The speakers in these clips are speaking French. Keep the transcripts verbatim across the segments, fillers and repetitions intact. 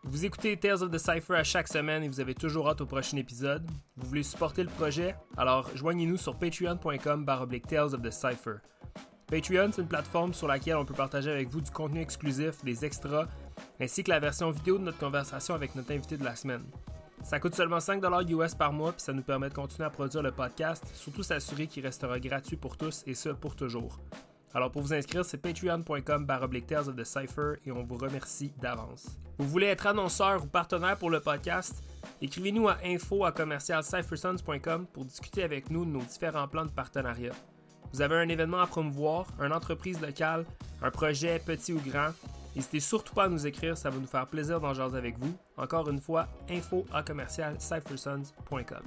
Vous écoutez Tales of the Cypher à chaque semaine et vous avez toujours hâte au prochain épisode. Vous voulez supporter le projet? Alors joignez-nous sur patreon point com barre oblique Tales of the Cypher. Patreon, c'est une plateforme sur laquelle on peut partager avec vous du contenu exclusif, des extras, ainsi que la version vidéo de notre conversation avec notre invité de la semaine. Ça coûte seulement cinq dollars U S par mois, puis ça nous permet de continuer à produire le podcast, surtout s'assurer qu'il restera gratuit pour tous, et ce, pour toujours. Alors pour vous inscrire, c'est patreon point com barre oblique Tales of the Cypher, et on vous remercie d'avance. Vous voulez être annonceur ou partenaire pour le podcast? Écrivez-nous à info à commercial cyphersons point com pour discuter avec nous de nos différents plans de partenariat. Vous avez un événement à promouvoir, une entreprise locale, un projet petit ou grand, n'hésitez surtout pas à nous écrire, ça va nous faire plaisir d'en jaser avec vous. Encore une fois, info à commercial cyphersons point com.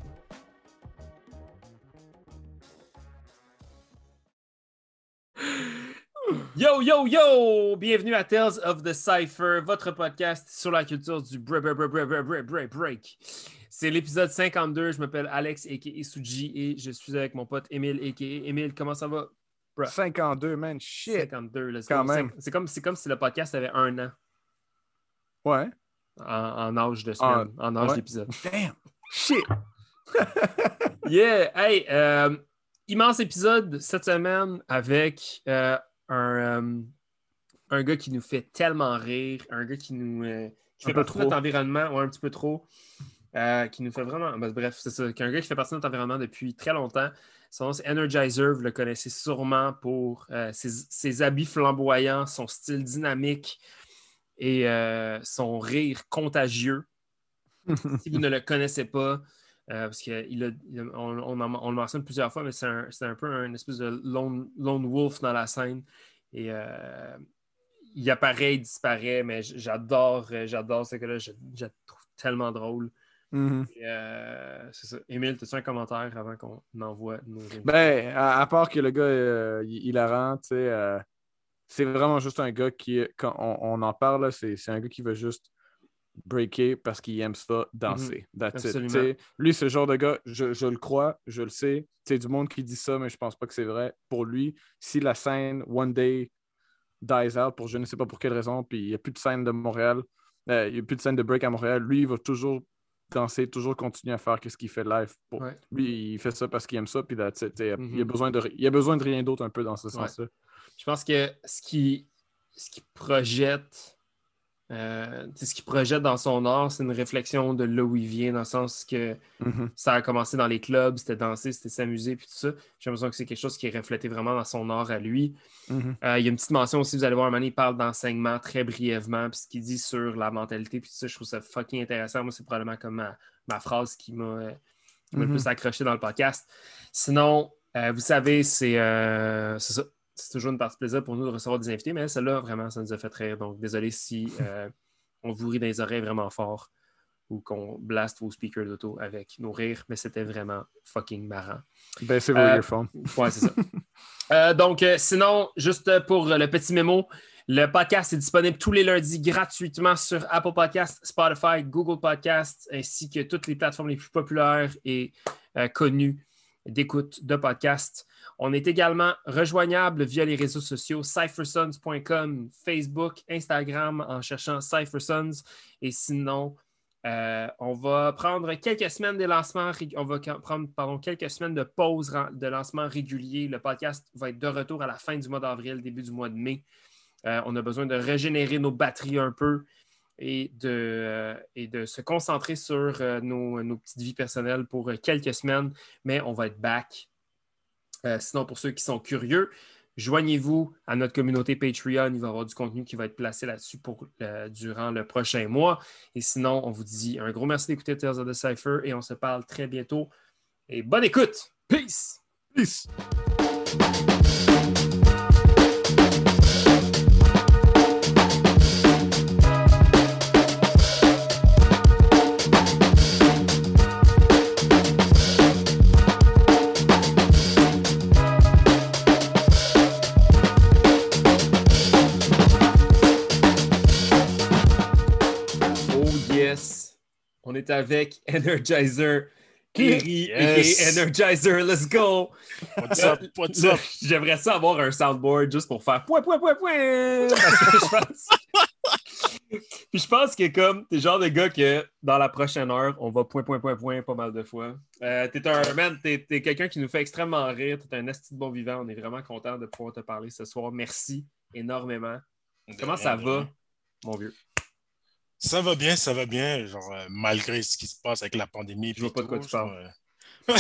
Yo, yo, yo! Bienvenue à Tales of the Cypher, votre podcast sur la culture du break, break, break, break, break, break, break. C'est l'épisode cinquante-deux, je m'appelle Alex, a k a. Suji, et je suis avec mon pote Émile, a k a. Émile, comment ça va? Bro. cinquante-deux, man, shit! cinquante-deux, let's Quand go. même. C'est comme, c'est comme si le podcast avait un an. Ouais. En, en âge de semaine, en, en âge ouais. d'épisode. Damn! Shit! Yeah! Hey, euh, immense épisode cette semaine avec euh, un, euh, un gars qui nous fait tellement rire, un gars qui nous euh, qui un fait partie de notre environnement, ouais, un petit peu trop, euh, qui nous fait vraiment... Ben, bref, c'est ça, qu'un gars qui fait partie de notre environnement depuis très longtemps. Son nom, c'est Energizer, vous le connaissez sûrement pour euh, ses, ses habits flamboyants, son style dynamique et euh, son rire contagieux. Si vous ne le connaissez pas, euh, parce qu'on on, on, on le mentionne plusieurs fois, mais c'est un, c'est un peu un espèce de lone, lone wolf dans la scène. Et euh, il apparaît, il disparaît, mais j'adore, j'adore ce gars-là, je, je le trouve tellement drôle. Mm-hmm. Et, euh, c'est ça. Émile, as-tu un commentaire avant qu'on envoie nos invités? Ben, à, à part que le gars, euh, il, il la rend, tu sais, euh, c'est vraiment juste un gars qui, quand on, on en parle, là, c'est, c'est un gars qui veut juste breaker parce qu'il aime ça, danser. Mm-hmm. That's it. Lui, c'est le genre de gars, je, je le crois, je le sais. C'est du monde qui dit ça, mais je pense pas que c'est vrai. Pour lui, si la scène One Day dies out, pour je ne sais pas pour quelle raison, puis il n'y a plus de scène de Montréal, euh, il n'y a plus de scène de break à Montréal, lui, il va toujours danser, toujours continuer à faire ce qu'il fait live. Pour... Ouais. Lui, il fait ça parce qu'il aime ça, puis that's it. Mm-hmm. il, a besoin de, il a besoin de rien d'autre un peu dans ce sens-là. Ouais. Je pense que ce qui, ce qui projette Euh, ce qu'il projette dans son art, c'est une réflexion de là où il vient, dans le sens que mm-hmm. ça a commencé dans les clubs, c'était danser, c'était s'amuser, puis tout ça. J'ai l'impression que c'est quelque chose qui est reflété vraiment dans son art à lui. Mm-hmm. Euh, il y a une petite mention aussi, vous allez voir, un moment donné, il parle d'enseignement très brièvement, puis ce qu'il dit sur la mentalité, puis tout ça, je trouve ça fucking intéressant. Moi, c'est probablement comme ma, ma phrase qui m'a, euh, qui m'a mm-hmm. le plus accroché dans le podcast. Sinon, euh, vous savez, c'est, euh, c'est ça. C'est toujours une partie de plaisir pour nous de recevoir des invités, mais celle-là, vraiment, ça nous a fait rire. Donc, désolé si euh, on vous rit dans les oreilles vraiment fort ou qu'on blaste vos speakers d'auto avec nos rires, mais c'était vraiment fucking marrant. Ben, c'est vos euh, earphones. Ouais, c'est ça. euh, donc, euh, sinon, juste pour le petit mémo, le podcast est disponible tous les lundis gratuitement sur Apple Podcasts, Spotify, Google Podcasts, ainsi que toutes les plateformes les plus populaires et euh, connues d'écoute de podcasts. On est également rejoignable via les réseaux sociaux cyphersons point com, Facebook, Instagram en cherchant Cyphersons. Et sinon, euh, on va prendre quelques semaines de lancement, on va prendre pardon, quelques semaines de pause de lancement régulier. Le podcast va être de retour à la fin du mois d'avril, début du mois de mai. Euh, on a besoin de régénérer nos batteries un peu et de, euh, et de se concentrer sur euh, nos, nos petites vies personnelles pour euh, quelques semaines, mais on va être back. Euh, sinon, pour ceux qui sont curieux, joignez-vous à notre communauté Patreon. Il va y avoir du contenu qui va être placé là-dessus pour, euh, durant le prochain mois. Et sinon, on vous dit un gros merci d'écouter Tales of the Cypher et on se parle très bientôt. Et bonne écoute! Peace! Peace! On est avec Energizer, Kerry, yes. Energizer, let's go! What's up? What's up? J'aimerais ça avoir un soundboard juste pour faire point, point, point, point! Parce que je pense... Puis je pense que comme t'es le genre de gars que dans la prochaine heure, on va point, point, point, point pas mal de fois. Euh, t'es un man, t'es, t'es quelqu'un qui nous fait extrêmement rire. T'es un esti de bon vivant. On est vraiment content de pouvoir te parler ce soir. Merci énormément. De Comment rien, ça de va, rien. mon vieux? Ça va bien, ça va bien, genre, euh, malgré ce qui se passe avec la pandémie Je vois et pas de quoi tout. tu Genre, parles. euh,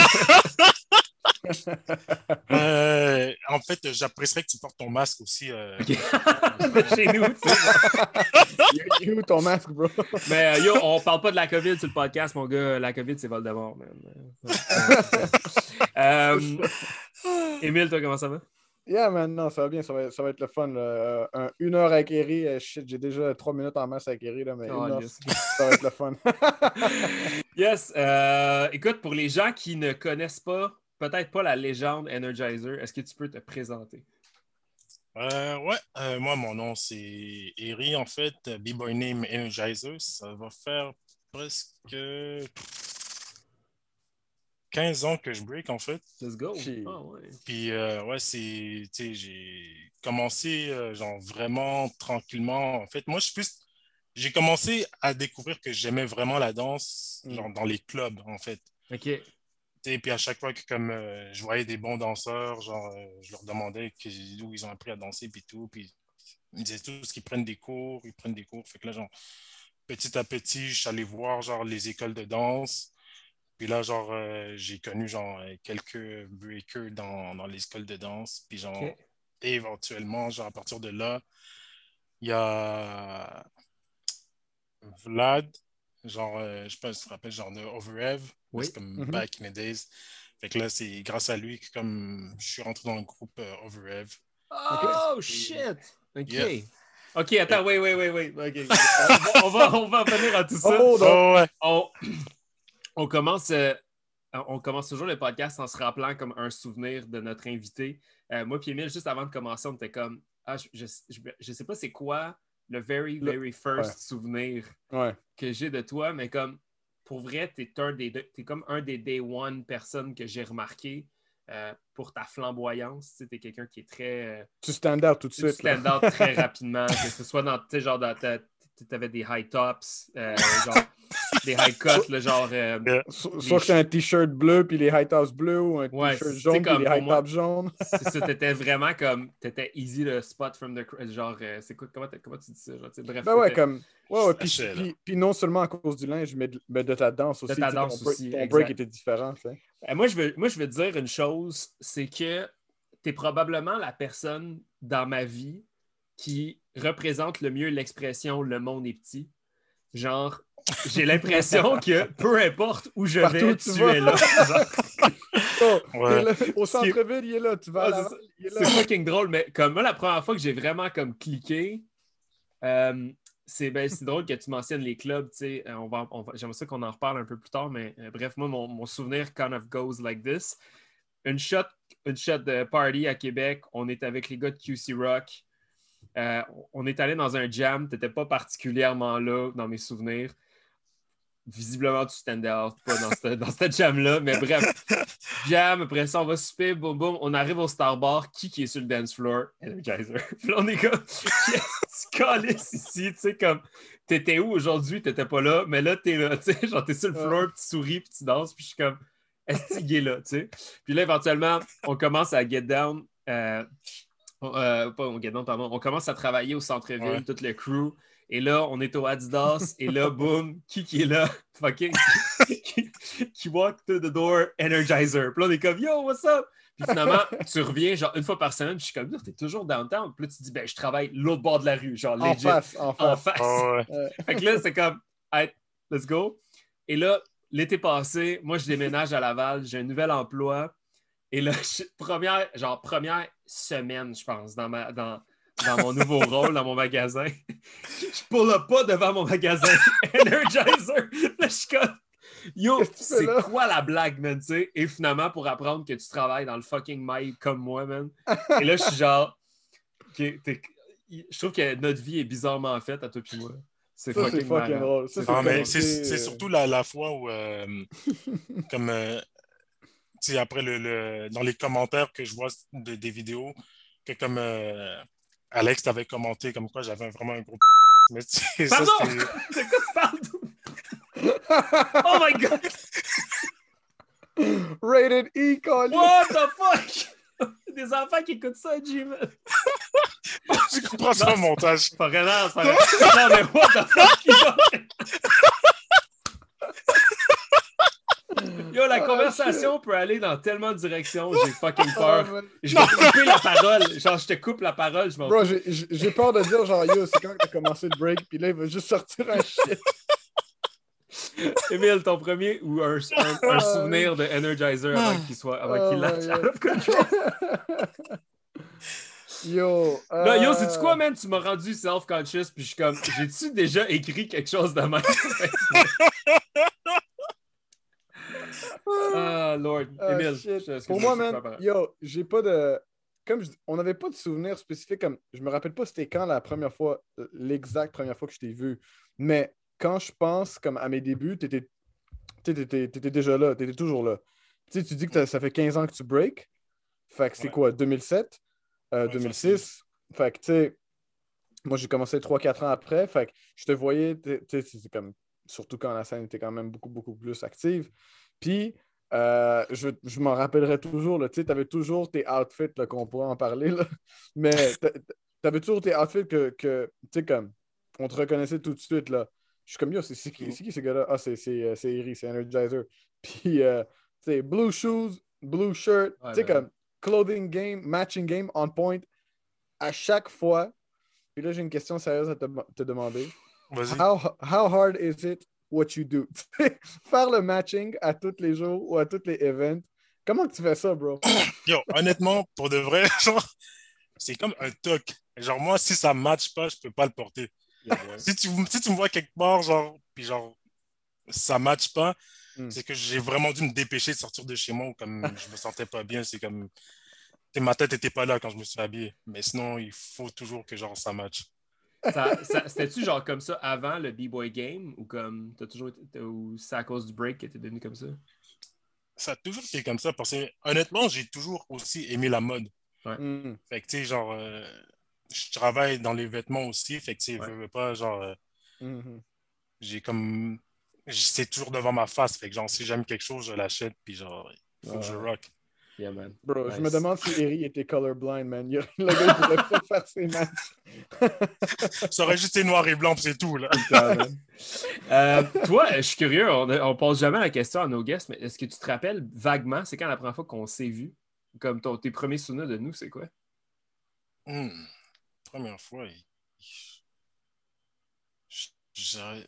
euh, en fait, j'apprécierais que tu portes ton masque aussi. Euh, OK. Chez nous, tu sais. Il est où ton masque, bro? Mais euh, yo, on parle pas de la COVID sur le podcast, mon gars. La COVID, c'est Voldemort, man. euh, Émile, toi, comment ça va? Yeah, man, non, ça va bien, ça va, ça va être le fun. Là. Euh, un- une heure acquérie, euh, shit, j'ai déjà trois minutes en masse acquérie, là, mais Oh, une heure, yes. ça va être le fun. Yes. Euh, écoute, pour les gens qui ne connaissent pas, peut-être pas la légende Energizer, est-ce que tu peux te présenter? euh, ouais, euh, moi, mon nom, c'est Eri, en fait, B-Boy Name Energizer. Ça va faire presque quinze ans que je break, en fait. Let's go. Shit. Ah ouais. Puis, euh, ouais, c'est, tu sais, j'ai commencé, euh, genre, vraiment tranquillement. En fait, moi, je suis plus, j'ai commencé à découvrir que j'aimais vraiment la danse, Mm. genre, dans les clubs, en fait. OK. Tu sais, puis à chaque fois que, comme, euh, je voyais des bons danseurs, genre, euh, je leur demandais que- d'où ils ont appris à danser, puis tout. Puis, ils me disaient tous qu'ils prennent des cours, ils prennent des cours. Fait que là, genre, petit à petit, je suis allé voir, genre, les écoles de danse. Puis là, genre, euh, j'ai connu, genre, euh, quelques breakers dans, dans les écoles de danse. Puis, genre, OK. éventuellement, genre, à partir de là, il y a Vlad, genre, euh, je sais pas si tu te rappelles, genre, de Overev. Là, Oui. c'est comme Mhm. back in the days. Fait que là, c'est grâce à lui que, comme, je suis rentré dans le groupe euh, Overev. Oh, Et- shit! OK. Yeah. OK, Fait attends, que- oui, oui, oui, oui. OK. On va, on va, on va en venir à tout ça. Hold up. Oh, ouais. On, on commence, euh, on commence toujours le podcast en se rappelant comme un souvenir de notre invité. Euh, moi puis Emile, juste avant de commencer, on était comme ah, je, je, je, je sais pas c'est quoi le very, Le- very first ouais. souvenir Ouais. que j'ai de toi, mais comme pour vrai, t'es un des deux- t'es comme un des day one personnes que j'ai remarqué euh, pour ta flamboyance. Tu es quelqu'un qui est très. Euh, Tu stand out tout de tu suite. là. stand out très rapidement, que ce soit dans, tu sais, genre, dans ta, t'avais des high tops, euh, genre, des high cuts, le genre. Euh, Yeah. So- des Soit que t'as un t-shirt bleu puis les high tops bleus ou un Ouais, t-shirt tu sais, jaune puis comme les pour high moi, tops jaunes. c'est ça, t'étais vraiment comme, t'étais easy le spot from the, cr- genre, euh, c'est quoi, comment, t'as- comment tu dis ça, genre, tu sais, bref, Ben ouais, t'étais comme. Ouais, Je ouais. Puis, flashais, là. puis, puis non seulement à cause du linge, mais de, mais de ta danse de aussi. ta Tu sais, ton danse break, aussi, ton break exact. était différent. Tu sais. Euh, moi, je veux, moi, je veux te dire une chose, c'est que t'es probablement la personne dans ma vie qui représente le mieux l'expression «le monde est petit». Genre, j'ai l'impression que peu importe où je Partout vais, où tu tu vas. es là. Genre, Oh, t'es Ouais. là, au Ce qui est- centre-ville, il est là. Tu vas à ah, la c'est ça. il est C'est là. fucking drôle, mais comme moi, la première fois que j'ai vraiment comme cliqué, euh, c'est ben, c'est drôle que tu mentionnes les clubs, tu sais, euh, on va, on va- j'aimerais ça qu'on en reparle un peu plus tard, mais euh, bref, moi, mon, mon souvenir kind of goes like this. Une shot, une shot de party à Québec, on est avec les gars de Q C Rock. Euh, on est allé dans un jam, t'étais pas particulièrement là dans mes souvenirs. Visiblement, tu stand out, pas dans cette, dans cette jam-là, mais bref, jam, après ça, on va souper, boum, boum, on arrive au Star Bar, qui qui est sur le dance floor? Energizer. Puis là, on est comme, qu'est-ce que tu calisses ici? Tu sais, comme, t'étais où aujourd'hui? T'étais pas là, mais là, t'es là, tu sais, genre, t'es sur le floor, puis tu souris, puis tu danses, puis je suis comme, est-ce qu'il est là, tu sais? Puis là, éventuellement, on commence à get down, euh, euh, pas on get down, pardon, on commence à travailler au centre-ville, Ouais. tout le crew, et là, on est au Adidas, et là, boum, qui qui est là? Fucking, qui, qui walk through the door, Energizer. Puis là, on est comme, yo, what's up? Puis finalement, tu reviens genre une fois par semaine, puis je suis comme, t'es toujours downtown. Puis là, tu dis, ben, je travaille l'autre bord de la rue, genre En legit, face, en en face. face. Oh, ouais. Euh, Fait que là, c'est comme, hey, let's go. Et là, l'été passé, moi, je déménage à Laval, j'ai un nouvel emploi. Et là, je- première, genre, première semaine, je pense, dans, ma, dans, dans mon nouveau rôle, dans mon magasin, je pull up pas devant mon magasin Energizer. Là, je suis comme, yo, Qu'est-ce que tu fais c'est là? quoi la blague, man, tu sais? Et finalement, pour apprendre que tu travailles dans le fucking mail comme moi, man. Et là, je suis genre, OK, t'es- je trouve que notre vie est bizarrement faite à toi puis moi. C'est Ça, c'est fucking fucking marrant. drôle. Ça, C'est c'est Non, fucking mais drôle. c'est connecté. c'est euh. surtout la, la fois où, euh, comme, euh, tu sais, après, le, le- dans les commentaires que je vois de- des vidéos, que comme euh, Alex t'avait commenté, comme quoi j'avais vraiment un gros Mais c'est ça, Pardon! c'était... De quoi tu parles? Oh my god! Rated E, Colin! What the fuck? Des enfants qui écoutent ça, Jim. Je comprends ça au montage. C'est pas vrai, non, c'est pas vrai. Non, mais what the fuck? il va- Yo, la Oh, conversation peut aller dans tellement de directions, j'ai fucking Oh, peur. man. Je vais couper la parole. Genre, je te coupe la parole, je m'en Bro, fous. j'ai- j'ai j'ai peur de dire genre yo, c'est quand que t'as commencé le break, puis là il va juste sortir un shit. Émile, ton premier ou un, un- un souvenir de Energizer avant qu'il soit avant Oh qu'il my lâche God. out of control? Yo. Euh... Là, yo, sais-tu quoi, man? Tu m'as rendu self-conscious, puis je suis comme, j'ai-tu déjà écrit quelque chose de même? Ah, Lord. Ah, Émile, shit. je- excuse-moi, Pour moi, je te coupe man, la parole. yo, j'ai pas de. Comme je dis, on n'avait pas de souvenir spécifique. Comme je me rappelle pas c'était quand la première fois, l'exacte première fois que je t'ai vu. Mais quand je pense comme à mes débuts, t'étais, t'étais, t'étais, t'étais déjà là, t'étais toujours là. Tu sais, tu dis que t'as- ça fait quinze ans que tu break. Fait que c'est Ouais. quoi, deux mille sept, euh, Ouais, deux mille six. Fait que tu sais, moi j'ai commencé trois quatre ans après. Fait que je te voyais, tu sais, c'est comme, surtout quand la scène était quand même beaucoup, beaucoup plus active. Puis, euh, je, je m'en rappellerai toujours, là, tu sais, t'avais toujours tes outfits, là, qu'on pourrait en parler, là. Mais t'a- t'avais toujours tes outfits que, que tu sais, comme, on te reconnaissait tout de suite, là. Je suis comme, yo, c'est c'est qui, c'est qui ce gars-là? Ah, c'est c'est, euh, c'est Eri, c'est Energizer. Puis, euh, tu sais, blue shoes, blue shirt, Ouais, tu sais, ben comme, clothing game, matching game, on point, à chaque fois. Puis là, j'ai une question sérieuse à te, te demander. Vas-y. How, how hard is it what you do? Faire le matching à tous les jours ou à tous les events. Comment tu fais ça, bro? Yo, honnêtement, pour de vrai, genre, c'est comme un toc. Genre, moi, si ça match pas, je peux pas le porter. Si tu, si tu me vois quelque part, genre, puis genre, ça match pas, Mm. c'est que j'ai vraiment dû me dépêcher de sortir de chez moi ou comme je me sentais pas bien. C'est comme, tu sais, ma tête était pas là quand je me suis habillé. Mais sinon, il faut toujours que genre ça match. Ça, ça- c'était-tu genre comme ça avant le B-Boy Game ou comme t'as toujours été, ou c'est à cause du break que t'es devenu comme ça? Ça a toujours été comme ça parce que honnêtement, j'ai toujours aussi aimé la mode. Mm. Fait que tu sais, genre, euh, je travaille dans les vêtements aussi. Fait que tu sais, Ouais. veux, veux pas, genre, euh, Mhm. j'ai comme. C'est toujours devant ma face. Fait que genre, si j'aime quelque chose, je l'achète. Puis genre, il faut que je Ah. rock. Yeah, man. Bro, Nice. je me demande si Eri était colorblind, man. Il- Le gars, il pourrait pas faire ses matchs. Ça aurait juste été noir et blanc, puis c'est tout, là. Putain, man. Euh, toi, je suis curieux, on, on pose jamais la question à nos guests, mais est-ce que tu te rappelles vaguement, c'est quand la première fois qu'on s'est vu? Comme ton, tes premiers souvenirs de nous, c'est quoi? Hmm. Première fois, il- je, je-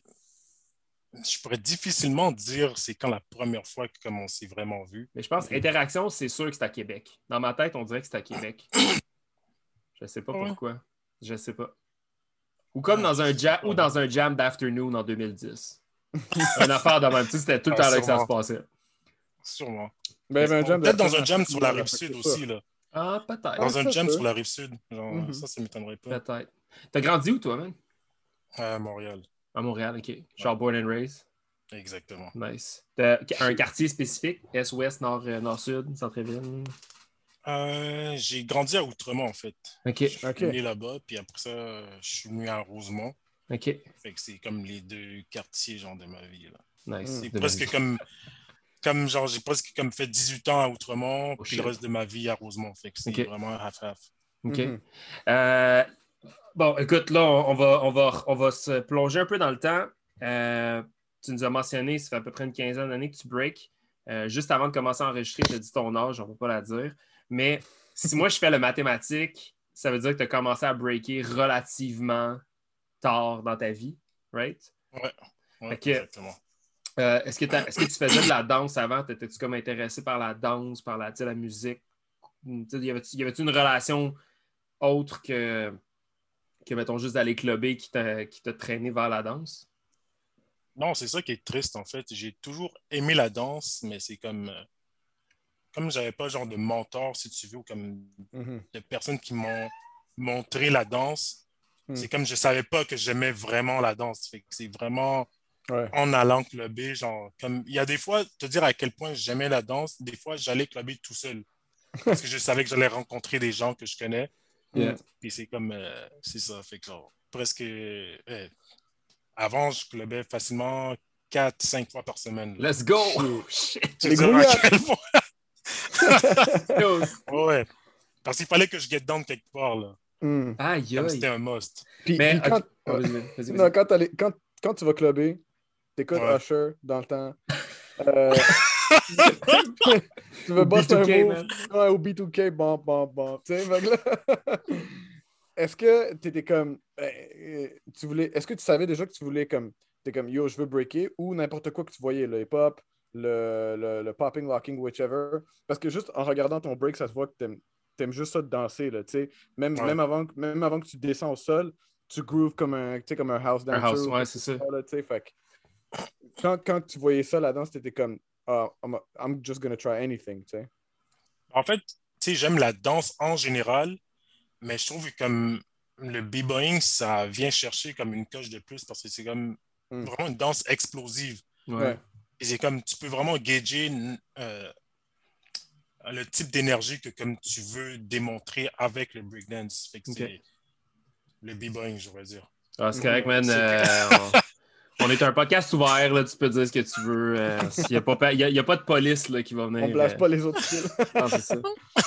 je pourrais difficilement dire c'est quand la première fois que comme on s'est vraiment vu. Mais je pense Interaction, c'est sûr que c'est à Québec. Dans ma tête, on dirait que c'est à Québec. Je sais pas Ouais. pourquoi. Je sais pas. Ou comme Ah, dans un je sais jam, pas. ou dans un jam d'afternoon en deux mille dix. Une affaire de même. Tu sais, c'était tout le Ah, temps là que ça se sûrement. passait. Sûrement. Ben, ben, un jam Peut-être dans un d'afternoon, jam c'est sur la sûr, rive fait que sud c'est aussi, sûr. là. Ah, peut-être. Ah, Dans ça un se jam peut. sur la rive sud. Genre, Mhm. ça, ça m'étonnerait pas. Peut-être. T'as grandi où, toi, man? À Montréal. À Montréal, OK. Genre born and raised. Exactement. Nice. T'as un quartier spécifique? Est, ouest, nord, euh, nord-sud, centre-ville? Euh, j'ai grandi à Outremont, en fait. OK. Je suis Ok. né là-bas, puis après ça, je suis venu à Rosemont. OK. Fait que c'est comme les deux quartiers, genre, de ma vie, là. Nice. Mm. C'est De presque ma vie. comme, comme, genre, j'ai presque comme fait dix-huit ans à Outremont, Oh, puis shit. le reste de ma vie à Rosemont. Fait que c'est Ok. vraiment half-half. OK. Mhm. Euh, bon, écoute, là, on, on va, on, va, on va se plonger un peu dans le temps. Euh, tu nous as mentionné, ça fait à peu près une quinzaine d'années que tu break. Euh, juste avant de commencer à enregistrer, tu as dit ton âge, on ne va pas la dire. Mais si moi, je fais le mathématique, ça veut dire que tu as commencé à breaker relativement tard dans ta vie, right? Ouais, ouais, Fait que- exactement. Euh, est-ce, que t'as- est-ce que tu faisais de la danse avant? T'étais-tu comme intéressé par la danse, par la, tu sais, la musique? Tu sais, Y avait-tu, y avait-tu une relation autre que, que mettons, juste d'aller clubber qui t'a, qui t'a traîné vers la danse? Non, c'est ça qui est triste, en fait. J'ai toujours aimé la danse, mais c'est comme... euh, comme j'avais pas genre de mentor, si tu veux, ou comme Mhm. de personnes qui m'ont montré la danse, Mm. c'est comme je savais pas que j'aimais vraiment la danse. Fait que c'est vraiment Ouais. en allant clubber, genre, comme... Il y a des fois, te dire à quel point j'aimais la danse, des fois, j'allais clubber tout seul. Parce que je savais que j'allais rencontrer des gens que je connais. Yeah. Puis c'est comme... euh, c'est ça, fait que genre... presque... euh, avant, je clubais facilement quatre cinq fois par semaine. Là. Let's go! Shit. Shit! Tu Les sais à grouillards. quel point... Yo, Ouais. Parce qu'il fallait que je get down quelque part, là. Hmm. aïe, Comme c'était aïe. un must. Puis, Mais, puis quand, ok. Ah, vas-y, vas-y, vas-y, non, vas-y. quand, t'allais- quand, quand tu vas clubber, t'écoutes Ouais. Usher dans le temps. Euh, tu veux Ou bosser un B deux K, move. man. Ouais, au B deux K, bon, bon, bon. Tu sais, fait que là, est-ce que tu étais comme. euh, tu voulais, est-ce que tu savais déjà que tu voulais comme. T'es comme yo, je veux breaker ou n'importe quoi que tu voyais, le hip-hop, le, le, le popping, locking, whichever. Parce que juste en regardant ton break, ça se voit que t'aimes, t'aimes juste ça de danser, là, tu sais. Même, Ouais. même, avant, que- même avant que tu descends au sol, tu grooves comme un, tu sais, comme un house Un dancer. house, ou ouais, quelque c'est chose ça. comme là, tu sais. Fait que quand, quand tu voyais ça, la danse, t'étais comme ah, I'm, I'm just gonna try anything, tu sais. En fait, tu sais, j'aime la danse en général, mais je trouve que comme le b-boying, ça vient chercher comme une coche de plus parce que c'est comme Mm. vraiment une danse explosive. Ouais. Ouais. Et c'est comme, tu peux vraiment gager euh, le type d'énergie que comme tu veux démontrer avec le breakdance. Fait que Ok. c'est le b-boying, je vais dire. Ah, c'est Mhm. correct, man. C'est que- Euh, on... on est un podcast ouvert, là. Tu peux dire ce que tu veux. Euh, Il n'y a, pas... y a- y a pas de police là, qui va On venir. blâche euh, pas les autres styles. Non, c'est ça.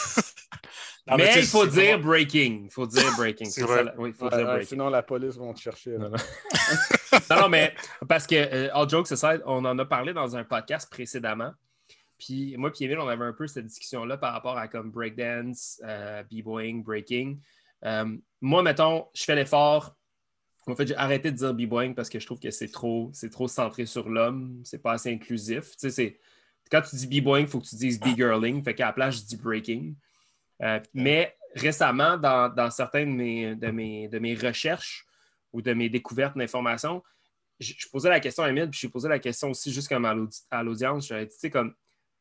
Non, mais tu Mais sais, il faut c'est dire vraiment... breaking. Il faut dire breaking. C'est C'est vrai. ça, la- Oui, il faut Ouais, dire ouais, breaking. sinon, la police vont te chercher. Là. Non, non. Non, non, mais parce que, euh, all jokes aside, on en a parlé dans un podcast précédemment. Puis moi et Emile, on avait un peu cette discussion-là par rapport à comme breakdance, euh, b-boying, breaking. Euh, moi, mettons, je fais l'effort. En fait, j'ai arrêté de dire b-boying parce que je trouve que c'est trop, c'est trop centré sur l'homme. C'est pas assez inclusif. Tu sais, c'est... Quand tu dis b-boying, il faut que tu dises b-girling. Fait qu'à la place, je dis breaking. Euh, mais récemment, dans, dans certaines de mes, de, mes, de mes recherches ou de mes découvertes d'informations, je, je posais la question à Emile, puis je posé la question aussi juste comme à, l'audi- à l'audience. J'avais dit, tu sais, comme,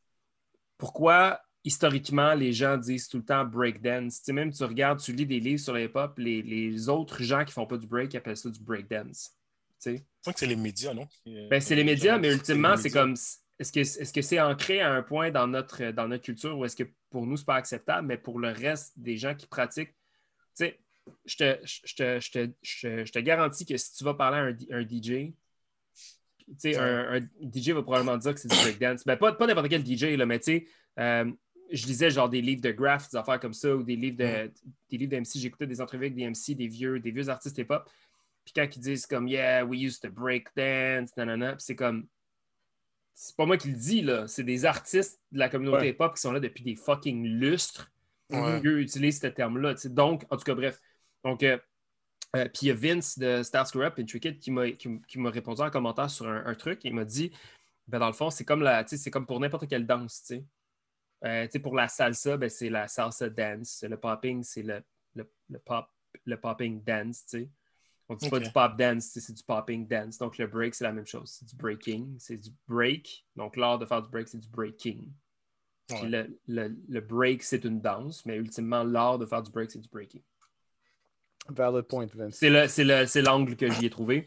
pourquoi historiquement les gens disent tout le temps breakdance? Tu sais, même tu regardes, tu lis des livres sur les hip-hop, les, les autres gens qui font pas du break appellent ça du breakdance. Tu sais? Je crois que c'est les médias, non? Ben, c'est les Euh, médias, genre, mais c'est ultimement, les c'est médias. comme. Est-ce que est-ce que c'est ancré à un point dans notre, dans notre culture ou est-ce que pour nous, c'est pas acceptable, mais pour le reste des gens qui pratiquent, tu sais, je te, je, te, je, te, je, te, je te garantis que si tu vas parler à un, un D J, tu sais, Ouais. un, un D J va probablement dire que c'est du breakdance. Ben, pas, pas n'importe quel D J, là, mais tu sais, euh, je lisais genre des livres de graph, des affaires comme ça, ou des livres de, Mm. des livres d'M C. J'écoutais des entrevues avec des M C, des vieux, des vieux artistes hip-hop. Puis quand ils disent comme Yeah, we used to break dance, nanana, puis c'est comme. C'est pas moi qui le dis, là. C'est des artistes de la communauté Ouais. hip-hop qui sont là depuis des fucking lustres. Ouais. Eux utilisent ce terme-là. T'sais. Donc, en tout cas, bref. Donc, euh, euh, puis il y a Vince de Starscrew Up Intricate qui m'a, qui, qui m'a répondu en commentaire sur un, un truc. Il m'a dit ben, dans le fond, c'est comme, la, c'est comme pour n'importe quelle danse. T'sais. Euh, t'sais, pour la salsa, ben, c'est la salsa dance. Le popping, c'est le, le, le, pop, le popping dance. T'sais. On ne dit pas Ok. du pop dance, c'est du popping dance. Donc, le break, c'est la même chose. C'est du breaking. C'est du break. Donc, l'art de faire du break, c'est du breaking. Puis Ouais. le, le, le break, c'est une danse, mais ultimement, l'art de faire du break, c'est du breaking. Valid point, Vince. C'est, le, c'est, le, c'est l'angle que j'y ai trouvé.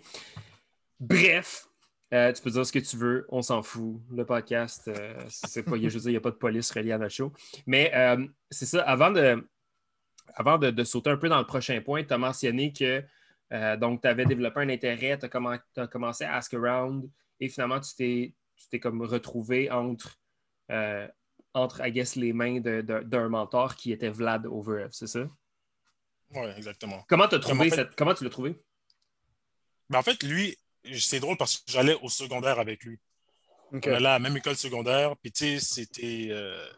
Bref, euh, tu peux dire ce que tu veux, on s'en fout. Le podcast, euh, c'est pas, je veux dire, il n'y a pas de police reliée à notre show. Mais euh, c'est ça, avant de, avant de, de sauter un peu dans le prochain point, tu as mentionné que Euh, donc, tu avais développé un intérêt, tu as, comm- t'as commencé à ask around et finalement, tu t'es, tu t'es comme retrouvé entre, euh, entre I guess, les mains de, de, d'un mentor qui était Vlad Overev, c'est ça? Ouais, exactement. Comment, t'as Comme trouvé en fait- cette... Comment tu l'as trouvé? Ben, en fait, lui, c'est drôle parce que j'allais au secondaire avec lui. Ok. On allait à la même école secondaire, puis tu sais, c'était... euh,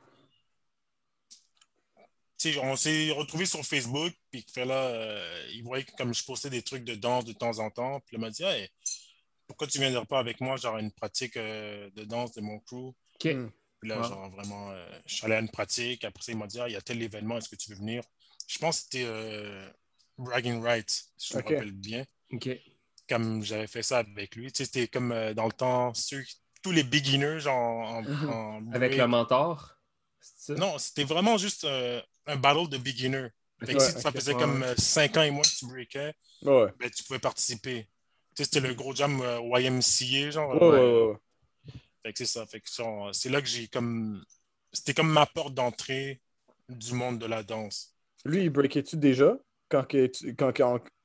tu sais, on s'est retrouvés sur Facebook, puis fait là, euh, il voyait que comme je postais des trucs de danse de temps en temps, puis il m'a dit, hey, pourquoi tu viendrais pas avec moi, genre une pratique euh, de danse de mon crew? OK. Hmm. Puis là, Wow. genre vraiment, euh, je suis allé à une pratique, après ça, il m'a dit, ah, il y a tel événement, est-ce que tu veux venir? Je pense que c'était euh, Bragging Rights, si je Ok. me rappelle bien, OK. comme j'avais fait ça avec lui. Tu sais, c'était comme euh, dans le temps, ceux, tous les beginners, genre en, Mhm. en Avec le break. mentor, c'est ça? Non, c'était vraiment juste euh, un battle de beginners. Fait que Ouais, si ça ok. faisait Ouais, comme ouais. cinq ans et moins que tu breakais, Ouais, ben, tu pouvais participer. Tu sais, c'était le gros jam euh, Y M C A, genre. ouais, ouais, euh, ouais, ouais. Fait que c'est ça. Fait que genre, c'est là que j'ai comme. C'était comme ma porte d'entrée du monde de la danse. Lui, il breakait-tu déjà quand, que tu- quand, quand,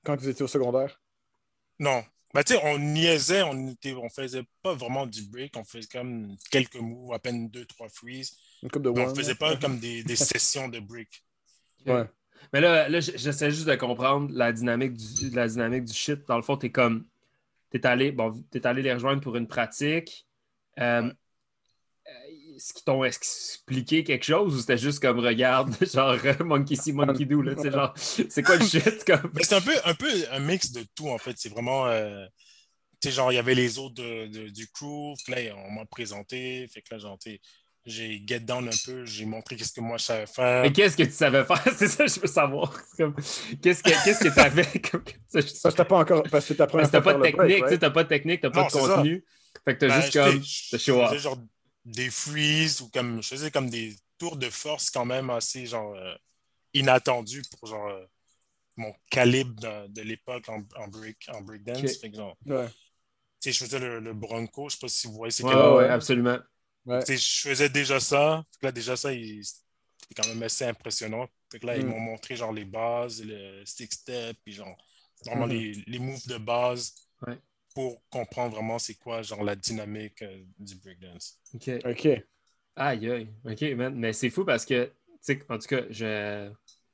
Quand vous étiez au secondaire? Non. Ben, tu sais, on niaisait, on était, on faisait pas vraiment du break, on faisait comme quelques moves, à peine deux, trois freeze. Une coupe de Mais on one. faisait pas comme des, des sessions de break. Ouais. Mais là, là j'essaie juste de comprendre la dynamique du, la dynamique du shit. Dans le fond, t'es comme. T'es allé, bon, t'es allé les rejoindre pour une pratique. Euh, Ouais. Est-ce qu'ils t'ont expliqué quelque chose ou c'était juste comme regarde, genre Monkey See, Monkey Do, là, tu sais, genre, c'est quoi le shit comme. Ben, c'est un peu, un peu un mix de tout, en fait. C'est vraiment. Euh, tu sais, genre, il y avait les autres de, de- du crew, puis là, on m'a présenté. Fait que là, genre, tu sais, j'ai get down un peu, j'ai montré qu'est-ce que moi je savais faire. Mais qu'est-ce que tu savais faire? C'est ça que je veux savoir. C'est comme, qu'est-ce que qu'est-ce que t'avais comme. Ça, je- Parce que t'as pas encore. Parce que t'as Parce que t'as pas de technique, tu sais, t'as pas de technique, t'as pas Non, de c'est ça. contenu. Fait que t'as Ben, juste j'étais- comme. je T'as show faisais off. genre des freezes ou comme je faisais comme des tours de force quand même assez genre euh, inattendus pour genre euh, mon calibre de, de l'époque en, en break en breakdance. Ok. Fait que genre, Ouais. tu sais, je faisais le, le Bronco, je sais pas si vous voyez c'est Ouais, quel. ouais, Ouais, ouais, ouais. absolument. Ouais. Tu sais, je faisais déjà ça. Fait que là, déjà ça, il- c'était quand même assez impressionnant. Fait que là, ils Mm. m'ont montré genre les bases, le stick step, puis genre vraiment Mhm. les, les moves de base Ouais. pour comprendre vraiment c'est quoi genre la dynamique euh, du breakdance. OK. OK. Aïe, aïe. OK, man. Mais c'est fou parce que, tu sais, en tout cas, je,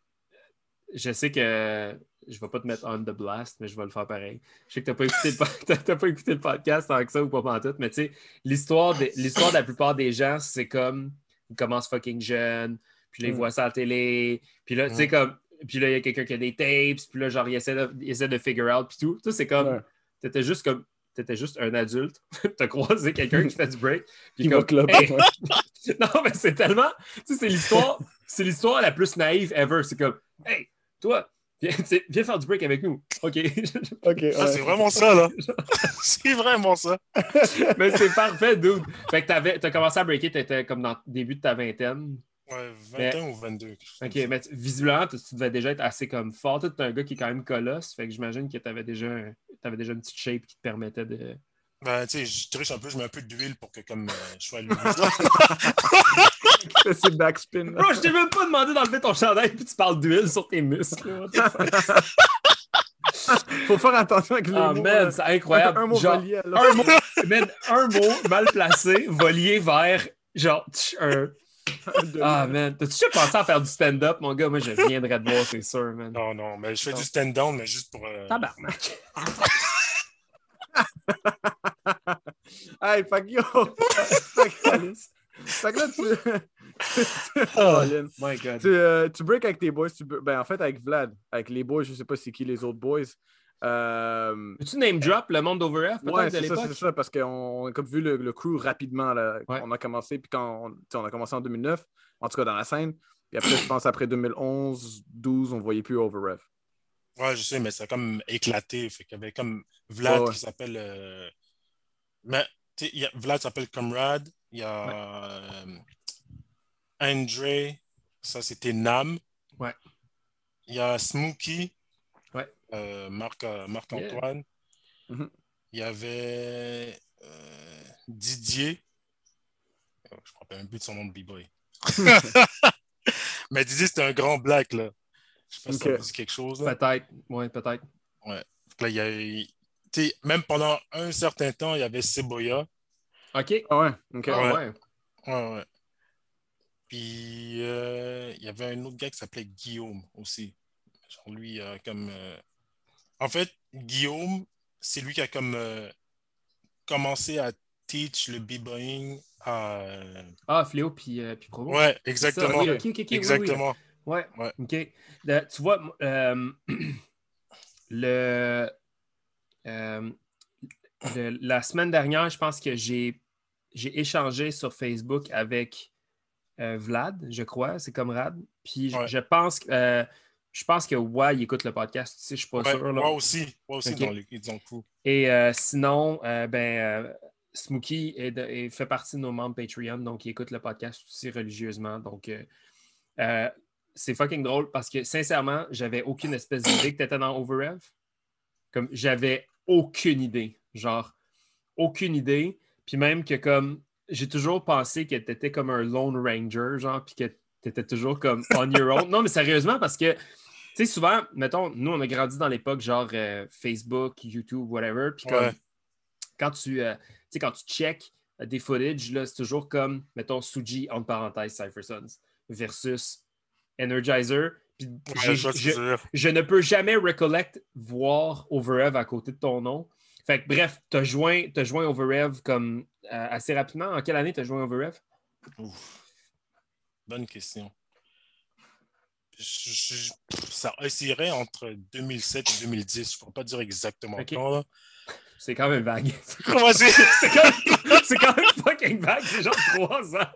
je sais que je vais pas te mettre on the blast, mais je vais le faire pareil. Je sais que tu n'as pas, écouté le po- t'as- t'as pas écouté le podcast tant que ça ou pas pantoute, mais tu sais, l'histoire de, l'histoire de la plupart des gens, c'est comme ils commencent fucking jeunes, puis là, ils Mm. voient ça à la télé, puis là, tu sais, Mm. comme, puis là, il y a quelqu'un qui a des tapes, puis là, genre, il essaie de, il essaie de figure out, puis tout. Tout, c'est comme, Ouais. t'étais juste comme, t'étais juste un adulte, t'as croisé quelqu'un qui fait du break, puis Qui va comme, club. hey, Ouais. non, mais c'est tellement. Tu sais, c'est l'histoire. C'est l'histoire la plus naïve ever. C'est comme, hey, toi, viens, tu sais, viens faire du break avec nous. OK. OK. Ah, c'est Ouais. vraiment ça, là. C'est vraiment ça. Mais c'est parfait, dude. Fait que t'avais, t'as commencé à breaker, t'étais comme dans le début de ta vingtaine. Ouais, Mais- vingt et un ou vingt-deux. quelque chose OK, comme ça. mais tu- visiblement, tu, tu devais déjà être assez comme fort. Tu es un gars qui est quand même colosse. Fait que j'imagine que t'avais déjà, un- t'avais déjà une petite shape qui te permettait de. Ben, tu sais, je triche un peu, je mets un peu d'huile pour que comme euh, je sois lui. Qui fait ses backspins. là. Bro, je t'ai même pas demandé d'enlever ton chandail puis tu parles d'huile sur tes muscles. là. What the fuck? Faut faire attention avec les Ah, mots. man, là. c'est incroyable. Un, un mot Genre, relié à l'autre. un mot, man, un mot mal placé va lier vers genre tch, un. De- Ah, man. T'as-tu déjà pensé à faire du stand-up, mon gars? Moi, je viendrais te voir, c'est sûr, man. Non, non, mais je fais Non. du stand-down, mais juste pour. euh, Tabarnak. Hey, fait que yo. Fait que- fait que là, tu. Oh, Colin. my God. tu, euh, tu break avec tes boys. Tu... Ben, en fait, avec Vlad. Avec les boys, je sais pas c'est qui les autres boys. Euh... Peux-tu name drop le monde d'Over F, peut-être, Ouais, de c'est ça, l'époque? c'est ça, parce qu'on a comme vu le, le crew rapidement. Là, Ouais. On a commencé, puis quand on, tu sais, on a commencé en deux mille neuf, en tout cas dans la scène. Puis après, je pense après deux mille onze, douze, on voyait plus Overrev. Ouais, je sais, mais ça a comme éclaté. Fait qu'il y avait comme Vlad Ouais, ouais. qui s'appelle. euh, Mais, tu sais, il y a- Vlad s'appelle Comrade. Il y a euh, Andre, ça c'était Nam. Ouais. Il y a Smokey, Ouais. euh, Marc, euh, Marc-Antoine. Mhm. Il y avait euh, Didier. Oh, je ne me rappelle même plus de son nom de B-boy. Mais Didier, c'était un grand black, là. Je sais pas si ça Ok. vous dit quelque chose, là. Peut-être. Ouais, peut-être. Ouais. Fait que là, il y a eu- tu sais, même pendant un certain temps, il y avait Seboya. OK. Ah ouais, ok. Ah, Ouais. ouais. Ouais, ouais. Puis, euh, il y avait un autre gars qui s'appelait Guillaume aussi. Genre, lui, euh, comme. euh, En fait, Guillaume, c'est lui qui a comme euh, commencé à teach le b-boying à. Ah, Fléau puis, euh, puis Provo. Ouais, C'est ça, exactement. OK, OK, OK, OK, oui, oui. Exactement. Ouais. Ouais. OK. Le- tu vois, m- euh, le, euh, le- la semaine dernière, je pense que j'ai, j'ai échangé sur Facebook avec euh, Vlad, je crois, c'est comme Rad. Puis je, Ouais. je pense que euh, je pense que ouais, il écoute le podcast, tu sais, je suis pas Ouais, sûr. Là. moi aussi. Moi aussi Ok. dans les dans le coup. Et euh, sinon, euh, ben, euh, Smokey est de- est- fait partie de nos membres Patreon, donc il écoute le podcast aussi religieusement. Donc, euh, euh, c'est fucking drôle parce que sincèrement, j'avais aucune espèce d'idée que tu étais dans Overrev. Comme, j'avais aucune idée. Genre, aucune idée. Puis même que comme, j'ai toujours pensé que tu étais comme un Lone Ranger, genre, puis que tu étais toujours comme on your own. Non, mais sérieusement, parce que tu Tu sais, souvent, mettons, nous, on a grandi dans l'époque genre euh, Facebook, YouTube, whatever. Puis comme, Ouais. quand tu, euh, tu sais, quand tu check euh, des footage, là, c'est toujours comme, mettons, Suji, entre parenthèses, Cypher Sons, versus Energizer. Puis Ouais, j'ai- je vois ce que je, tu veux dire. je ne peux jamais recollect voir Overev à côté de ton nom. Fait que bref, t'as joint, t'as joint Overev comme euh, assez rapidement. En quelle année t'as joint Overev? Ouf. Bonne question. Je- je- ça oscillerait entre deux mille sept et deux mille dix. Je ne pourrais pas dire exactement Ok. quand. Là. C'est quand même vague. Comment c'est? c'est, quand même, c'est quand même fucking vague. C'est genre trois ans.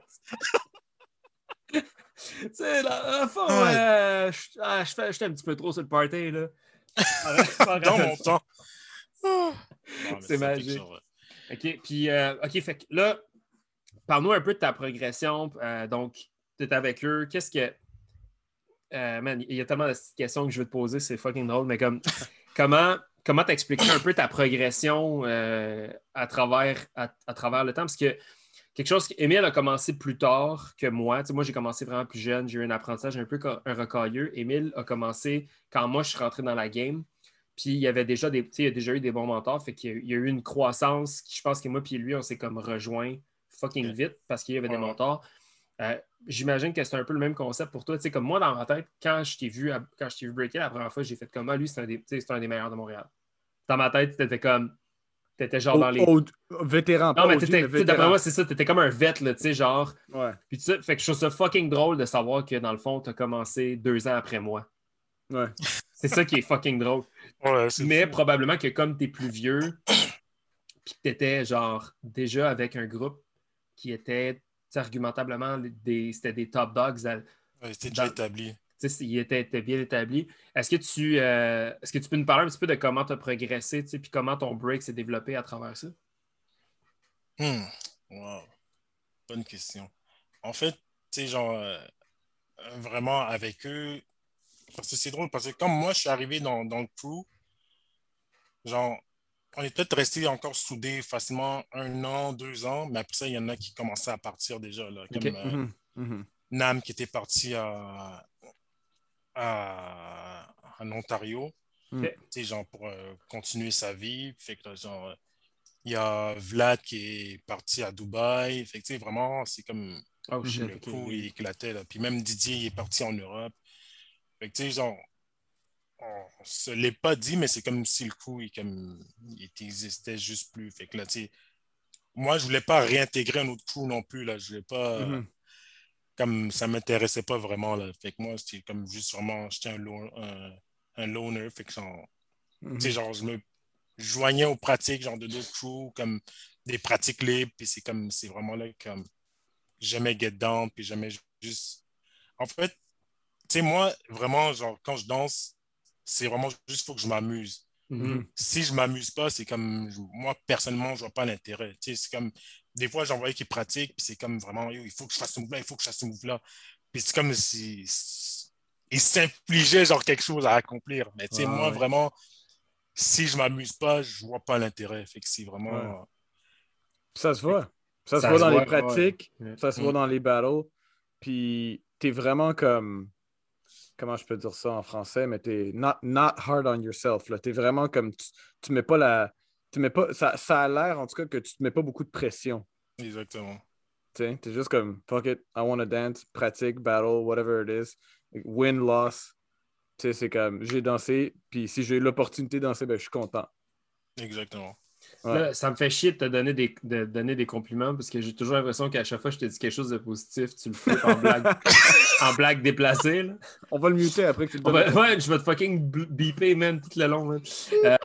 Tu sais, dans le fond, Ah, euh, je ah, je fais- j'étais un petit peu trop sur le party, là. dans mon temps. Ah. Non, mais C'est ça fait magique. genre, ouais. OK, puis, euh, OK, fait que là, parle-nous un peu de ta progression. Euh, donc, tu es avec eux. Qu'est-ce que... Euh, man, il y a tellement de questions que je veux te poser, c'est fucking drôle, mais comme, comment comment t'expliquerais un peu ta progression euh, à, travers, à, à travers le temps? Parce que quelque chose qu'Émile a commencé plus tard que moi. Tu sais, moi, j'ai commencé vraiment plus jeune. J'ai eu un apprentissage un peu co- un rocailleux. Émile a commencé quand moi, je suis rentré dans la game. Puis il y avait déjà des, tu sais, il y a déjà eu des bons mentors. Fait qu'il y a, il y a eu une croissance qui, je pense que moi et lui, on s'est comme rejoint fucking Ok. vite parce qu'il y avait des Ouais, ouais. mentors. Euh, j'imagine que c'est un peu le même concept pour toi. Tu sais, comme moi, dans ma tête, quand je t'ai vu, quand je t'ai vu breaker la première fois, j'ai fait comme ah, lui, c'est un, des, tu sais, c'est un des meilleurs de Montréal. Dans ma tête, t'étais comme. T'étais genre dans Oh, les. oh, vétéran, pas Non, mais O G, t'étais, mais tu sais, d'après vétéran. moi, c'est ça, t'étais comme un vet, là, tu sais, genre. Ouais, Puis tu sais, fait que je trouve ça fucking drôle de savoir que dans le fond, t'as commencé deux ans après moi. ouais. C'est ça qui est fucking drôle. Ouais, c'est Mais fou. probablement que comme t'es plus vieux, puis que t'étais genre déjà avec un groupe qui était, tu sais, argumentablement, des, c'était des top dogs. à- Ouais, c'était déjà dans- établi. tu sais, il était, était bien établi. Est-ce que tu euh, est-ce que tu peux nous parler un petit peu de comment tu as progressé, tu sais, puis comment ton break s'est développé à travers ça? Hmm. Wow. Bonne question. En fait, tu sais, genre, euh, vraiment avec eux, parce que c'est drôle, parce que comme moi, je suis arrivé dans, dans le crew, genre, on est peut-être resté encore soudés facilement un an, deux ans, mais après ça, il y en a qui commençaient à partir déjà, là, comme OK. euh, Mhm, mhm. Nam qui était parti à, à, en Ontario, Mm. OK. tu sais, genre, pour euh, continuer sa vie. Fait que, genre, euh, il y a Vlad qui est parti à Dubaï. Fait que, tu sais, vraiment, c'est comme Oh shit, Mhm. le OK. coup, il Oui. éclatait, là. Puis même Didier, il est parti en Europe. Fait que, tu sais, genre, on se l'est pas dit, mais c'est comme si le coup, il, comme, il existait juste plus. Fait que là, tu sais, moi, je voulais pas réintégrer un autre crew non plus, là. Je voulais pas, Mhm. comme, ça m'intéressait pas vraiment, là. Fait que moi, c'était comme juste vraiment, j'étais un, lo- un, un loner. Fait que, genre, tu sais, Mhm. genre, je me joignais aux pratiques, genre, de d'autres crews, comme des pratiques libres. Puis c'est comme, c'est vraiment là, comme, j'aimais get down, puis j'aimais juste. En fait, tu sais, moi, vraiment, genre, quand je danse, c'est vraiment juste, faut que je m'amuse. Mhm. Mhm. Si je m'amuse pas, c'est comme, moi, personnellement, je vois pas l'intérêt. Tu sais, c'est comme, des fois, j'en voyais qui pratiquent, puis c'est comme vraiment, yo, il faut que je fasse ce move-là, il faut que je fasse ce move-là. Puis c'est comme si, si- ils s'infligeaient, genre, quelque chose à accomplir. Mais tu sais, Ah moi, ouais. vraiment, si je m'amuse pas, je vois pas l'intérêt. Fait que c'est Ouais. vraiment. Ça se voit. Ça se Ça voit se dans les voit, ouais. pratiques, Ouais. ça se voit Mm, dans les battles. Puis t'es vraiment comme, comment je peux dire ça en français, mais t'es not, not hard on yourself. Là. T'es vraiment comme, tu, tu mets pas la, tu mets pas, ça, ça a l'air en tout cas que tu te mets pas beaucoup de pression. exactement. Tu sais, t'es juste comme, fuck it, I wanna dance, pratique, battle, whatever it is, win, loss. Tu sais, c'est comme, j'ai dansé, puis si j'ai l'opportunité de danser, ben je suis content. Exactement. Ouais. Là, ça me fait chier de te donner des, de donner des compliments parce que j'ai toujours l'impression qu'à chaque fois que je te dis quelque chose de positif, tu le flippes en blague, en blague déplacée. Là. On va le muter après que tu le On donnes le va- compliment. ouais, je vais te fucking b- beeper, man, tout le long. Man. Euh,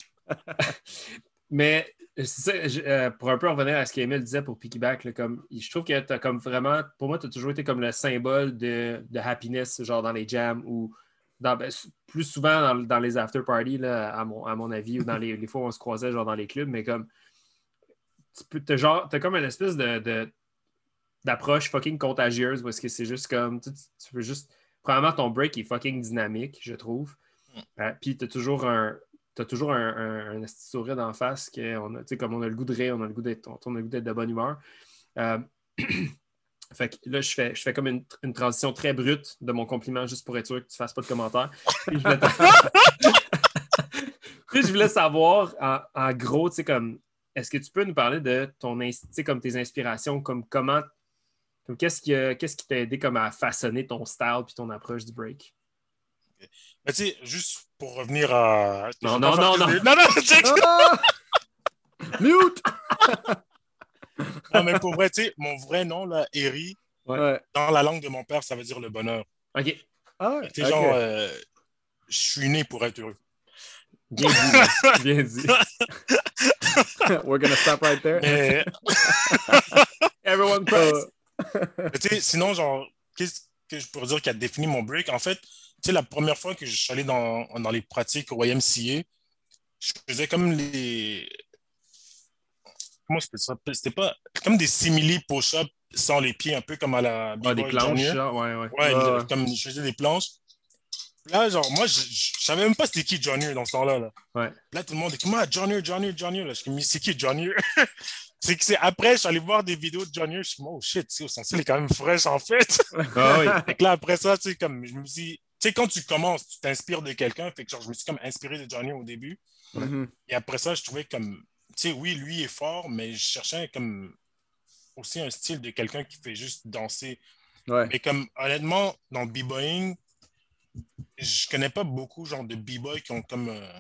mais c'est ça, je- euh, pour un peu revenir à ce qu'Emile disait pour Piggyback, là, comme, je trouve que tu as comme vraiment, pour moi, tu as toujours été comme le symbole de, de happiness, genre dans les jams ou dans, ben, plus souvent dans, dans les after parties, là, à, mon, à mon avis, ou dans les, les fois où on se croisait genre dans les clubs, mais comme tu peux, t'as genre, t'as comme une espèce de, de- d'approche fucking contagieuse parce que c'est juste comme, tu, tu tu peux juste, premièrement, ton break est fucking dynamique, je trouve. Euh, Puis t'as toujours un, t'as toujours un, un, un petit sourire d'en face que on a, tu sais, comme on a le goût de rire, on a le goût d'être, on, on a le goût d'être de bonne humeur. Euh, Fait que là, je fais, je fais comme une, une transition très brute de mon compliment juste pour être sûr que tu ne fasses pas de commentaires. Puis je voulais, Puis je voulais savoir, en, en gros, tu sais, comme, est-ce que tu peux nous parler de ton, tu sais, comme tes inspirations, comme comment, comme qu'est-ce qui, a- qu'est-ce qui t'a aidé comme à façonner ton style puis ton approche du break? Mais tu sais, juste pour revenir à. Non, Je vais non, pas non, faire non. des- non, non, check. Ah! Mute! Non, mais pour vrai, tu sais, mon vrai nom, là, Eri, Ouais. Ouais. dans la langue de mon père, ça veut dire le bonheur. OK. Ah, Tu sais, ok. genre, euh, je suis né pour être heureux. Bien dit, man. Bien dit. We're gonna stop right there. Mais, Everyone press. Euh, mais tu sais, sinon, genre, qu'est-ce que je pourrais dire qui a défini mon break? En fait, tu sais, la première fois que je suis allé dans, dans les pratiques au Y M C A, je faisais comme les. Comment je peux dire ça? C'était pas comme des simili push-ups sans les pieds, un peu comme à la Ah, des B-Boy planches, Junior. ça. Ouais, ouais. Ouais, Ouais, les- ouais. comme je faisais des planches. Là, genre, moi, je, je, je savais même pas c'était qui Junior dans ce temps-là. Là. Ouais. Là, tout le monde est comme, ah, Junior, Junior, Junior. Là, je suis comme, mais c'est qui Junior? C'est que c'est après, je suis allé voir des vidéos de Junior. Je suis comme, oh shit, tu sais, son style est quand même fraîche en fait. Ah oui. Fait que là, après ça, tu sais, comme, je me dis, tu sais, quand tu commences, tu t'inspires de quelqu'un. Fait que genre, je me suis comme inspiré de Junior au début. Mhm. Et après ça, je trouvais comme, tu sais, oui, lui est fort, mais je cherchais comme aussi un style de quelqu'un qui fait juste danser. Ouais. Mais comme, honnêtement, dans le b-boying, je connais pas beaucoup genre de b-boys qui ont comme euh,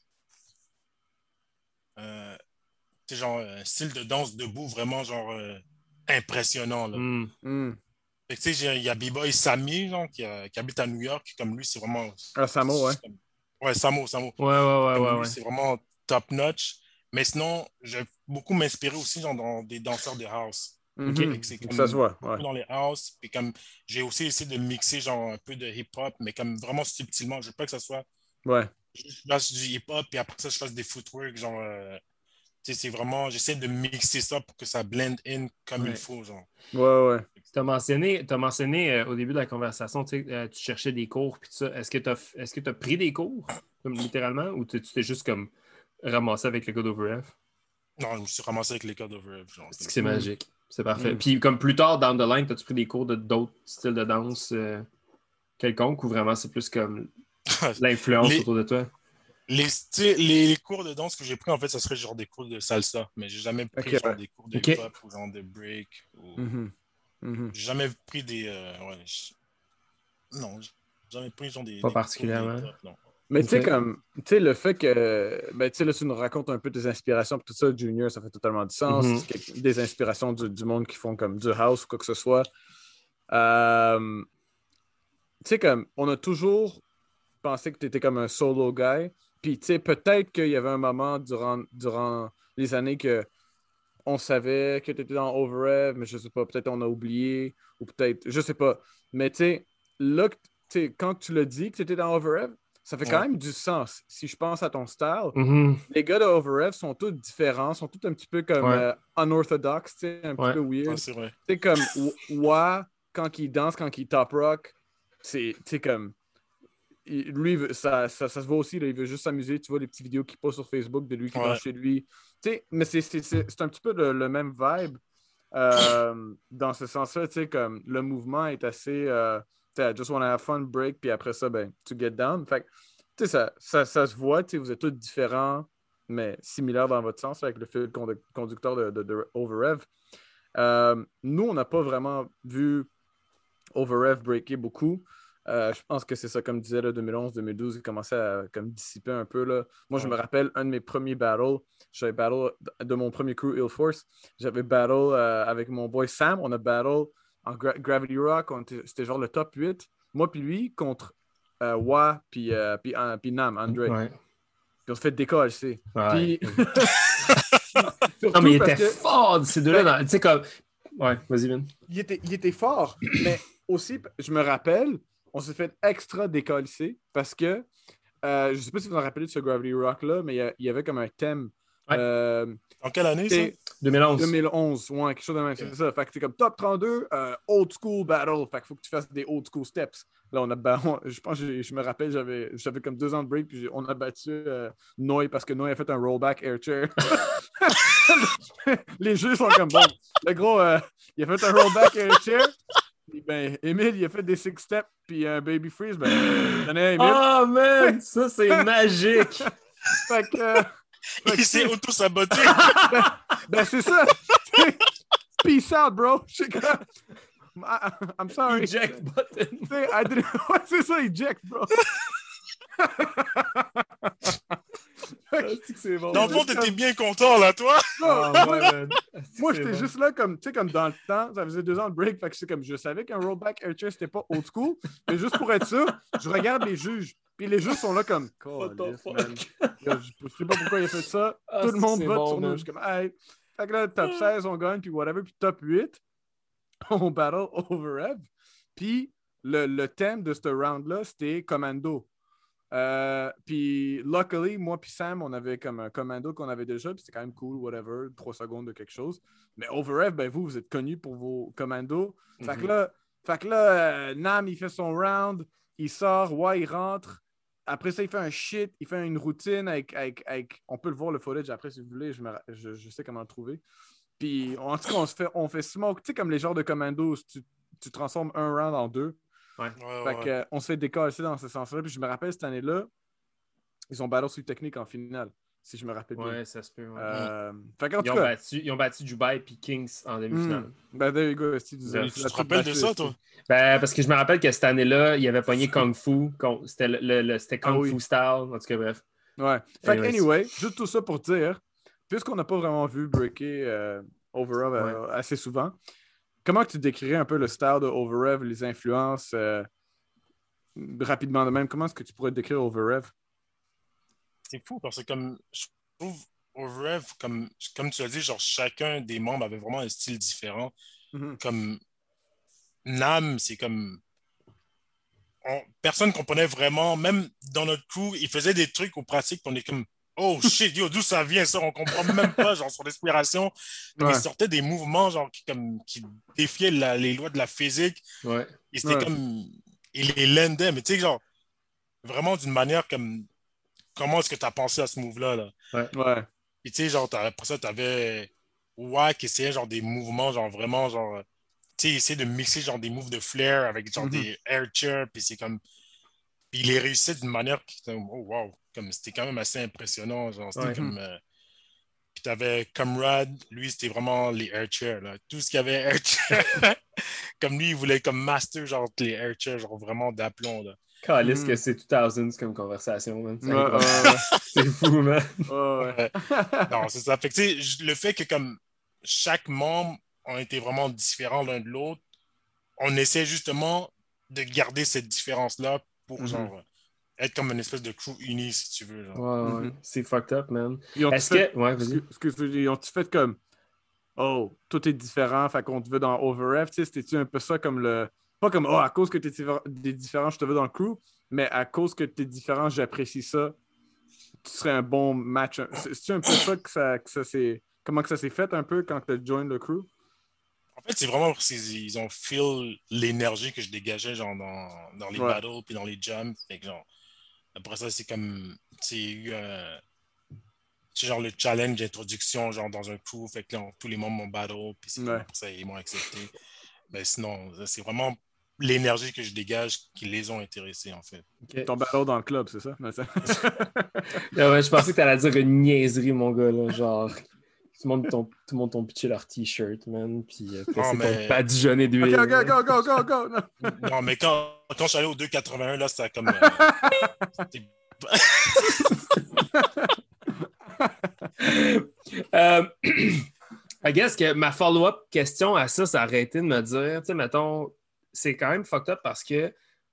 euh, tu sais, genre un style de danse debout vraiment genre euh, impressionnant là. Hmm. Mm. Fait que, tu sais, j'ai- il y a b-boy Samy genre, qui, a- qui habite à New York, comme lui c'est vraiment Ah, Samo, ouais. c'est comme- ouais Samo Samo Ouais, ouais, ouais, comme ouais, lui ouais. c'est vraiment top notch. Mais sinon j'ai beaucoup m'inspiré aussi genre dans des danseurs de house. Mhm. Fait que c'est Ça se comme voit, beaucoup ouais. dans les house, puis comme j'ai aussi essayé de mixer genre un peu de hip-hop, mais comme vraiment subtilement. Je veux pas que ça soit Ouais. je fasse du hip-hop, puis après ça, je fasse des footwork, genre, euh, tu sais, c'est vraiment, j'essaie de mixer ça pour que ça blend in comme Ouais. il faut, genre. Ouais, ouais. Tu as mentionné, t'as mentionné euh, au début de la conversation, tu sais, euh, tu cherchais des cours puis tout ça. Est-ce que tu as, est-ce que tu as pris des cours, comme littéralement, ou tu tu t'es juste comme ramassé avec le gars d'Overf? Non, je me suis ramassé avec les codes d'Overhead, genre. C'est que c'est Mm. magique. C'est parfait. Mm. Puis comme plus tard, down the line, as-tu pris des cours de d'autres styles de danse euh, quelconques ou vraiment c'est plus comme l'influence Les, autour de toi? les, styles- les, les cours de danse que j'ai pris, en fait, ça serait genre des cours de salsa, mais j'ai jamais pris Ok, genre ouais. des cours de Ok. hip-hop ou genre de break. Ou... Mhm. Mhm. J'ai jamais pris des. euh, ouais, je- Non, j'ai jamais pris genre des. Pas des cours de particulièrement. hip-hop, non. Mais tu sais, Ok. comme, tu sais, le fait que, ben, tu sais, là, tu nous racontes un peu tes inspirations, puis tout ça, Junior, ça fait totalement du sens. Mhm. C'est quelque- des inspirations du, du monde qui font comme du house ou quoi que ce soit. Euh, tu sais, comme, on a toujours pensé que tu étais comme un solo guy. Puis, tu sais, peut-être qu'il y avait un moment durant, durant les années que on savait que tu étais dans Overhead, mais je sais pas, peut-être on a oublié, ou peut-être, je sais pas. Mais tu sais, là, tu sais, quand tu l'as dit que tu étais dans Overhead, ça fait quand Ouais. même du sens. Si je pense à ton style, Mhm. les gars de Overhead sont tous différents, sont tous un petit peu comme Ouais. euh, unorthodox, tu sais, un Ouais. petit peu Ouais, weird. c'est vrai. Tu sais, comme Wa, quand il danse, quand il top rock, c'est, tu sais, comme. il- lui, il veut- ça, ça, ça se voit aussi, là, il veut juste s'amuser. Tu vois les petites vidéos qu'il poste sur Facebook de lui qui Ouais. danse chez lui. Tu sais, mais c'est c'est- c'est- c'est un petit peu le, le même vibe euh, dans ce sens-là. Tu sais, comme le mouvement est assez. Euh, tu sais, I just wanna have fun, break, puis après ça, ben, to get down. Fait que, tu sais, ça, ça, ça se voit. Tu sais, vous êtes tous différents, mais similaires dans votre sens avec le fil condu- conducteur de, de, de Overrev. Euh, nous, on n'a pas vraiment vu Overrev breaker beaucoup. Euh, je pense que c'est ça, comme disait, deux mille onze deux mille douze, il commençait à comme, dissiper un peu. Là. Moi, je Ouais. me rappelle un de mes premiers battles. J'avais battle de mon premier crew, Ill Force. J'avais battle euh, avec mon boy Sam. On a battle en Gra- Gravity Rock. On était- C'était genre le top huit. Moi, puis lui, contre euh, Wa, puis, euh, puis, euh, puis Nam, André. Ouais. Puis on se fait décoller, tu sais. Ouais. Puis. Non, Surtout mais il parce était que- fort, ces deux-là. Ben- dans- Tu sais, comme. Ouais, vas-y, Vin. il était, il était fort, mais aussi, je me rappelle, on s'est fait extra décalisser parce que, euh, je sais pas si vous vous en rappelez de ce Gravity Rock-là, mais il y, a- il y avait comme un thème. Ouais. euh, En quelle année, ça? c'est deux mille onze. deux mille onze, ouais, quelque chose de même, c'est ça. Fait que c'est comme top trente-deux, euh, old school battle. Fait qu'il faut que tu fasses des old school steps. Là, on a ba- on- je pense, que j'ai- je me rappelle, j'avais, j'avais comme deux ans de break, puis j'ai- on a battu euh, Noy parce que Noy a fait un rollback air chair. Les jeux sont comme bon. Le gros, euh, il a fait un rollback air chair. Puis ben, Émile, il a fait des six steps puis un baby freeze. Ben, je donnais à Émile. Oh man, ça c'est magique. Fait que. Euh, fait Il que s'est auto-saboté. ben, ben, c'est ça. Peace out, bro. Je comme. I, I'm sorry. Eject button. I didn't... Ouais, c'est ça, eject, bro. C'est bon. Dans le fond, t'étais bien content, là, toi. Oh, ouais, man. Moi, C'est j'étais bon. juste là, comme, tu sais, comme dans le temps, ça faisait deux ans de break, fait que c'est comme, je savais qu'un rollback air chair, c'était pas old school, mais juste pour être sûr, je regarde les juges, puis les juges sont là comme, What the Calisse, fuck? man. Je je sais pas pourquoi il a fait ça, Ah, tout le monde c'est vote bon, sur nous, man. je suis comme, hey. Fait que là, top seize, on gagne, puis whatever, puis top huit, on battle Overev, puis le, le thème de ce round-là, c'était Commando. Euh, puis, luckily, moi puis Sam, on avait comme un commando qu'on avait déjà, puis c'était quand même cool, whatever, trois secondes de quelque chose. Mais Overev, ben vous, vous êtes connus pour vos commandos. Mm-hmm. Fait que là, fait que là euh, Nam, il fait son round, il sort, ouais, il rentre. Après ça, il fait un shit, il fait une routine avec. avec, avec... On peut le voir le footage après si vous voulez, je, me... je, je sais comment le trouver. Puis, en tout cas, on, se fait, on fait smoke, tu sais, comme les genres de commandos, tu, tu transformes un round en deux. Ouais. Ouais, Fait ouais. que, euh, on se fait décasser dans ce sens-là. Puis je me rappelle cette année-là, ils ont battu sur technique en finale, si je me rappelle bien. Ouais, ça se peut. Ouais. Euh, fait qu'en Ils, tout ont cas, battu, ils ont battu Dubai et Kings en demi-finale. Mm. Ben, there you go. Tu, Ouais. Tu te rappelles de ça, toi? Ben, parce que je me rappelle que cette année-là, il avait pogné Kung Fu. C'était, le, le, le, c'était Kung ah, oui. Fu style. En tout cas, bref. Ouais. Fait que, Anyways. anyway, juste tout ça pour dire, puisqu'on n'a pas vraiment vu breaker euh, Overev Ouais. euh, assez souvent, comment tu décrirais un peu le style de Overev, les influences euh, rapidement de même? Comment est-ce que tu pourrais décrire Overev? C'est fou parce que comme je trouve Overev, comme, comme tu as dit, genre chacun des membres avait vraiment un style différent. Mm-hmm. Comme Nam, c'est comme on, personne comprenait vraiment, même dans notre crew, il faisait des trucs aux pratiques, on est comme oh shit, yo, d'où ça vient ça? On comprend même pas, genre, son inspiration. Comme Ouais. il sortait des mouvements, genre, qui, comme, qui défiaient la, les lois de la physique. Ouais. Et c'était Ouais. comme, il les lendait, mais tu sais, genre, vraiment d'une manière comme, comment est-ce que tu as pensé à ce move-là, là? Ouais. Ouais. Puis tu sais, genre, après ça, tu avais Wack qui essayait, genre, des mouvements, genre, vraiment, genre, tu sais, essayer de mixer, genre, des moves de flair avec, genre, Mm-hmm. des air chairs, puis c'est comme, puis il les réussissait d'une manière qui était, oh, wow, comme, c'était quand même assez impressionnant, genre, c'était Ouais. comme, euh... puis t'avais Comrade, lui, c'était vraiment les air chairs, là, tout ce qu'il y avait air chairs, comme lui, il voulait comme master, genre, les air chairs, genre, vraiment d'aplomb, là. Calisse Mm. que c'est deux mille comme conversation, man. C'est, Ouais, ouais, ouais. c'est fou, man. Ouais, ouais. Non, c'est ça. Fait que, tu sais, le fait que comme chaque membre ont été vraiment différents l'un de l'autre, on essaie justement de garder cette différence-là pour Mm-hmm. genre être comme une espèce de crew uni, si tu veux. Genre. Ouais, ouais. Mm-hmm. C'est fucked up, man. Ils ont Est-ce fait... que... Ouais, vas-y. Excuse, excuse, ils ont-tu fait comme oh, tout est différent, fait qu'on te veut dans Overev, tu sais, c'était-tu un peu ça comme le... Pas comme, oh, à cause que t'es différent, je te veux dans le crew, mais à cause que t'es différent, j'apprécie ça, tu serais un bon match. C'est-tu un peu ça que ça, que ça s'est... Comment que ça s'est fait un peu quand t'as join le crew? En fait, c'est vraiment parce qu'ils ont feel l'énergie que je dégageais genre dans, dans les Ouais. battles puis dans les jumps. Fait que, genre, après ça, c'est comme, c'est eu un... C'est genre le challenge d'introduction genre dans un crew. Fait que là, on- tous les membres m'ont battle puis c'est Ouais. comme, après ça, ils m'ont accepté. Mais sinon, c'est vraiment l'énergie que je dégage qui les ont intéressés, en fait. Okay. Ton battle dans le club, c'est ça? Ah ouais, je pensais que t'allais dire une niaiserie, mon gars, là, genre... Tout le monde t'ont, tout le monde t'ont pitché leur t-shirt, man, puis après, Non, c'est mais- ton badigeonné d'huile. OK, OK, go, go, go, go! Non. Non, mais quand, quand je suis allé au deux quatre-vingt-un, là, c'était comme... euh, c'était- euh, I guess que ma follow-up question à ça, ça aurait été de me dire, tu sais, mettons, c'est quand même fucked up parce que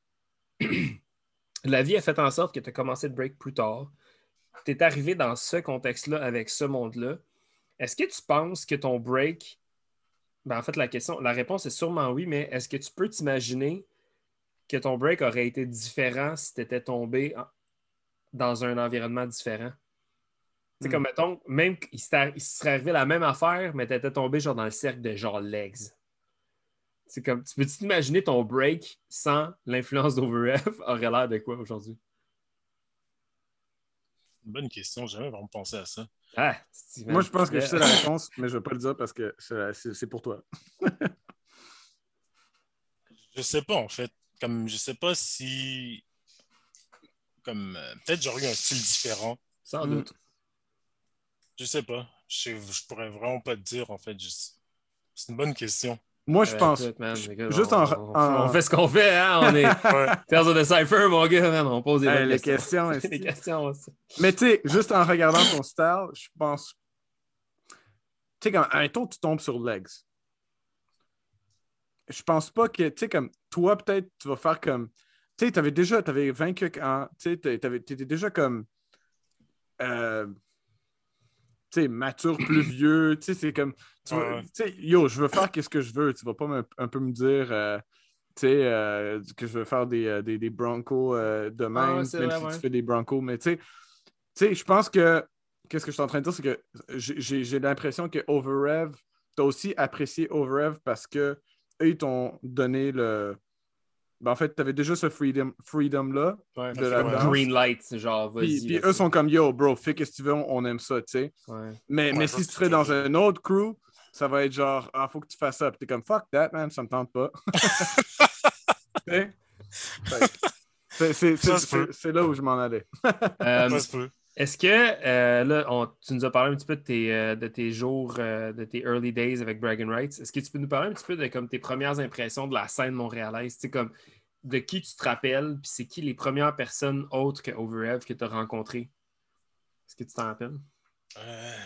la vie a fait en sorte que tu as commencé le break plus tard. Tu es arrivé dans ce contexte-là avec ce monde-là. Est-ce que tu penses que ton break... Ben, en fait, la question, la réponse est sûrement oui, mais est-ce que tu peux t'imaginer que ton break aurait été différent si tu étais tombé en... dans un environnement différent? C'est mm. comme, mettons, même il serait arrivé la même affaire, mais tu étais tombé genre dans le cercle de genre legs. C'est comme, tu peux t'imaginer ton break sans l'influence d'Overev aurait l'air de quoi aujourd'hui? Bonne question, j'ai jamais vraiment pensé à ça. Ah, Steven, Moi, je pense que je sais la c'est- réponse, mais je vais pas le dire parce que c'est c'est- c'est pour toi. Je sais pas, en fait. Comme, je sais pas si... Comme, euh, peut-être j'aurais eu un style différent. Sans Mm. doute. Je sais pas. Je, sais- je pourrais vraiment pas te dire, en fait. Je- C'est une bonne question. Moi, Eh je ben, pense. écoute, man, je- écoute, Juste on, en. on fait, on en... fait ce qu'on fait, hein? On est Ouais. Tales of the Cypher, mon gars, man. On pose des Hey, bonnes les questions. questions, les esti. questions aussi. Mais tu sais, juste en regardant ton style, je pense. Tu sais, quand un tour, tu tombes sur legs. Je pense pas que, tu sais, comme toi, peut-être, tu vas faire comme. Tu sais, t'avais déjà, t'avais vingt quelques ans, tu sais, t'avais- t'étais déjà comme. Euh, tu sais, mature, plus vieux, tu sais, c'est comme. Tu Ouais, vas- ouais. tu sais, yo, je veux faire qu'est-ce que je veux. Tu vas pas me- un peu me dire. euh, tu sais, euh, que je veux faire des, euh, des, des Broncos euh, de Ah, ouais, même, c'est même vrai, si tu ouais. fais des Broncos. Mais tu sais, tu sais, je pense que. Qu'est-ce que je suis en train de dire, c'est que j'ai j'ai- j'ai l'impression que Overrev, tu as aussi apprécié Overrev parce que eux, ils t'ont donné le. Ben, en fait, tu avais déjà ce freedom, freedom-là Ouais, de Ok, la comme ouais. danse. green light, genre, Puis, vas-y, puis là, eux tu sais. sont comme yo, bro, fais ce que tu veux, on, on aime ça, tu sais. Ouais. Mais, Ouais, mais je vois si ce tu que serais tu veux dans dire. un autre crew, ça va être genre, ah, faut que tu fasses ça. Puis t'es comme, fuck that, man, ça me tente pas. Tu sais? Fait que C'est c'est- Ça c'est- se peut. c'est- c'est là où je m'en allais. Euh, Ça se peut. est-ce que, euh, là, on- tu nous as parlé un petit peu de tes, euh, de tes jours, euh, de tes early days avec Bragging Rights. Est-ce que tu peux nous parler un petit peu de comme, tes premières impressions de la scène montréalaise? Tu sais, comme, de qui tu te rappelles, puis c'est qui les premières personnes autres que Overev que tu as rencontrées? Est-ce que tu t'en rappelles? Euh,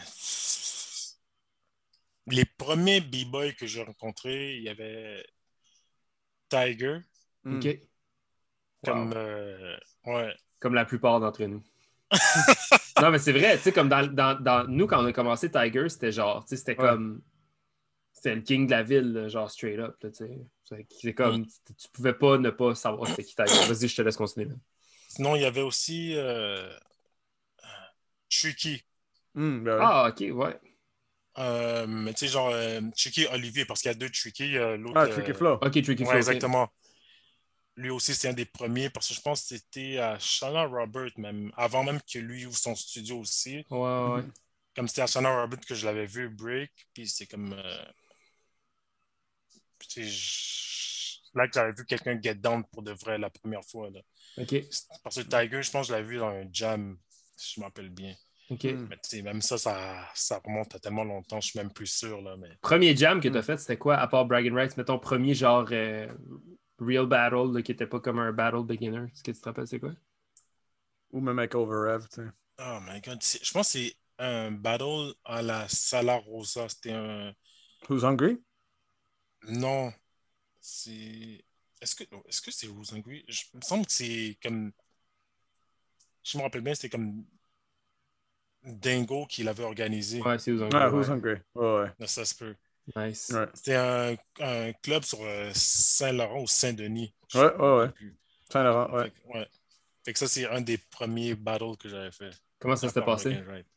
Les premiers b-boys que j'ai rencontrés, il y avait Tiger, Hmm. OK. comme... Wow. euh, ouais. Comme la plupart d'entre nous. Non, mais c'est vrai, tu sais, comme dans, dans, dans- nous, quand on a commencé Tiger, c'était genre, tu sais, c'était Ouais. comme. C'était le king de la ville, là, genre straight up, là, tu sais. C'est c'est Mm. comme. Tu, tu pouvais pas ne pas savoir c'était qui Tiger. Vas-y, je te laisse continuer. Là. Sinon, il y avait aussi euh, Tricky. Hmm, ben ouais. Ah, ok, ouais. Euh, mais tu sais, genre, euh, Tricky Olivier, parce qu'il y a deux Tricky. euh, L'autre. Ah, Tricky euh, Flow. Ok, Tricky Ouais, Flow, ok. exactement. Lui aussi, c'est un des premiers, parce que je pense que c'était à Shannon Robert, même, avant même que lui ouvre son studio aussi. Ouais, ouais, ouais. Mhm. Comme c'était à Shannon Robert que je l'avais vu break, puis c'est comme. euh, tu sais, je- là que j'avais vu quelqu'un get down pour de vrai la première fois. Là. Ok, Parce que Tiger, je pense que je l'avais vu dans un jam, si je m'appelle bien. ok. Hmm. Mais tu sais, même ça, ça, ça remonte à tellement longtemps, je suis même plus sûr. Là, mais... Premier jam que t'as Hmm. fait, c'était quoi, à part Bragging Rights? Mettons, premier genre euh, real battle, là, qui était pas comme un battle beginner. Est-ce que tu te rappelles, c'est quoi? Ou même avec Overrev, tu sais. Oh my god, c'est- je pense que c'est un battle à la Sala Rosa. C'était un. Who's Hungry? Non, c'est. Est-ce que est-ce que c'est Rose Hungry? Je... Il me semble que c'est comme. Je me rappelle bien, c'était comme Dingo qui l'avait organisé. Ouais, c'est aux Ah, Anglais, Who's ouais. Hungry? Ouais, ouais. Là, ça se peut. Nice. Ouais, C'était un, un club sur euh, Saint-Laurent ou Saint-Denis. Je ouais, me ouais. rappelle ouais. plus. Saint-Laurent, ouais. Fait, que- ouais. Fait que ça, c'est un des premiers battles que j'avais fait. Comment ça À s'était part passé? Break and Ride.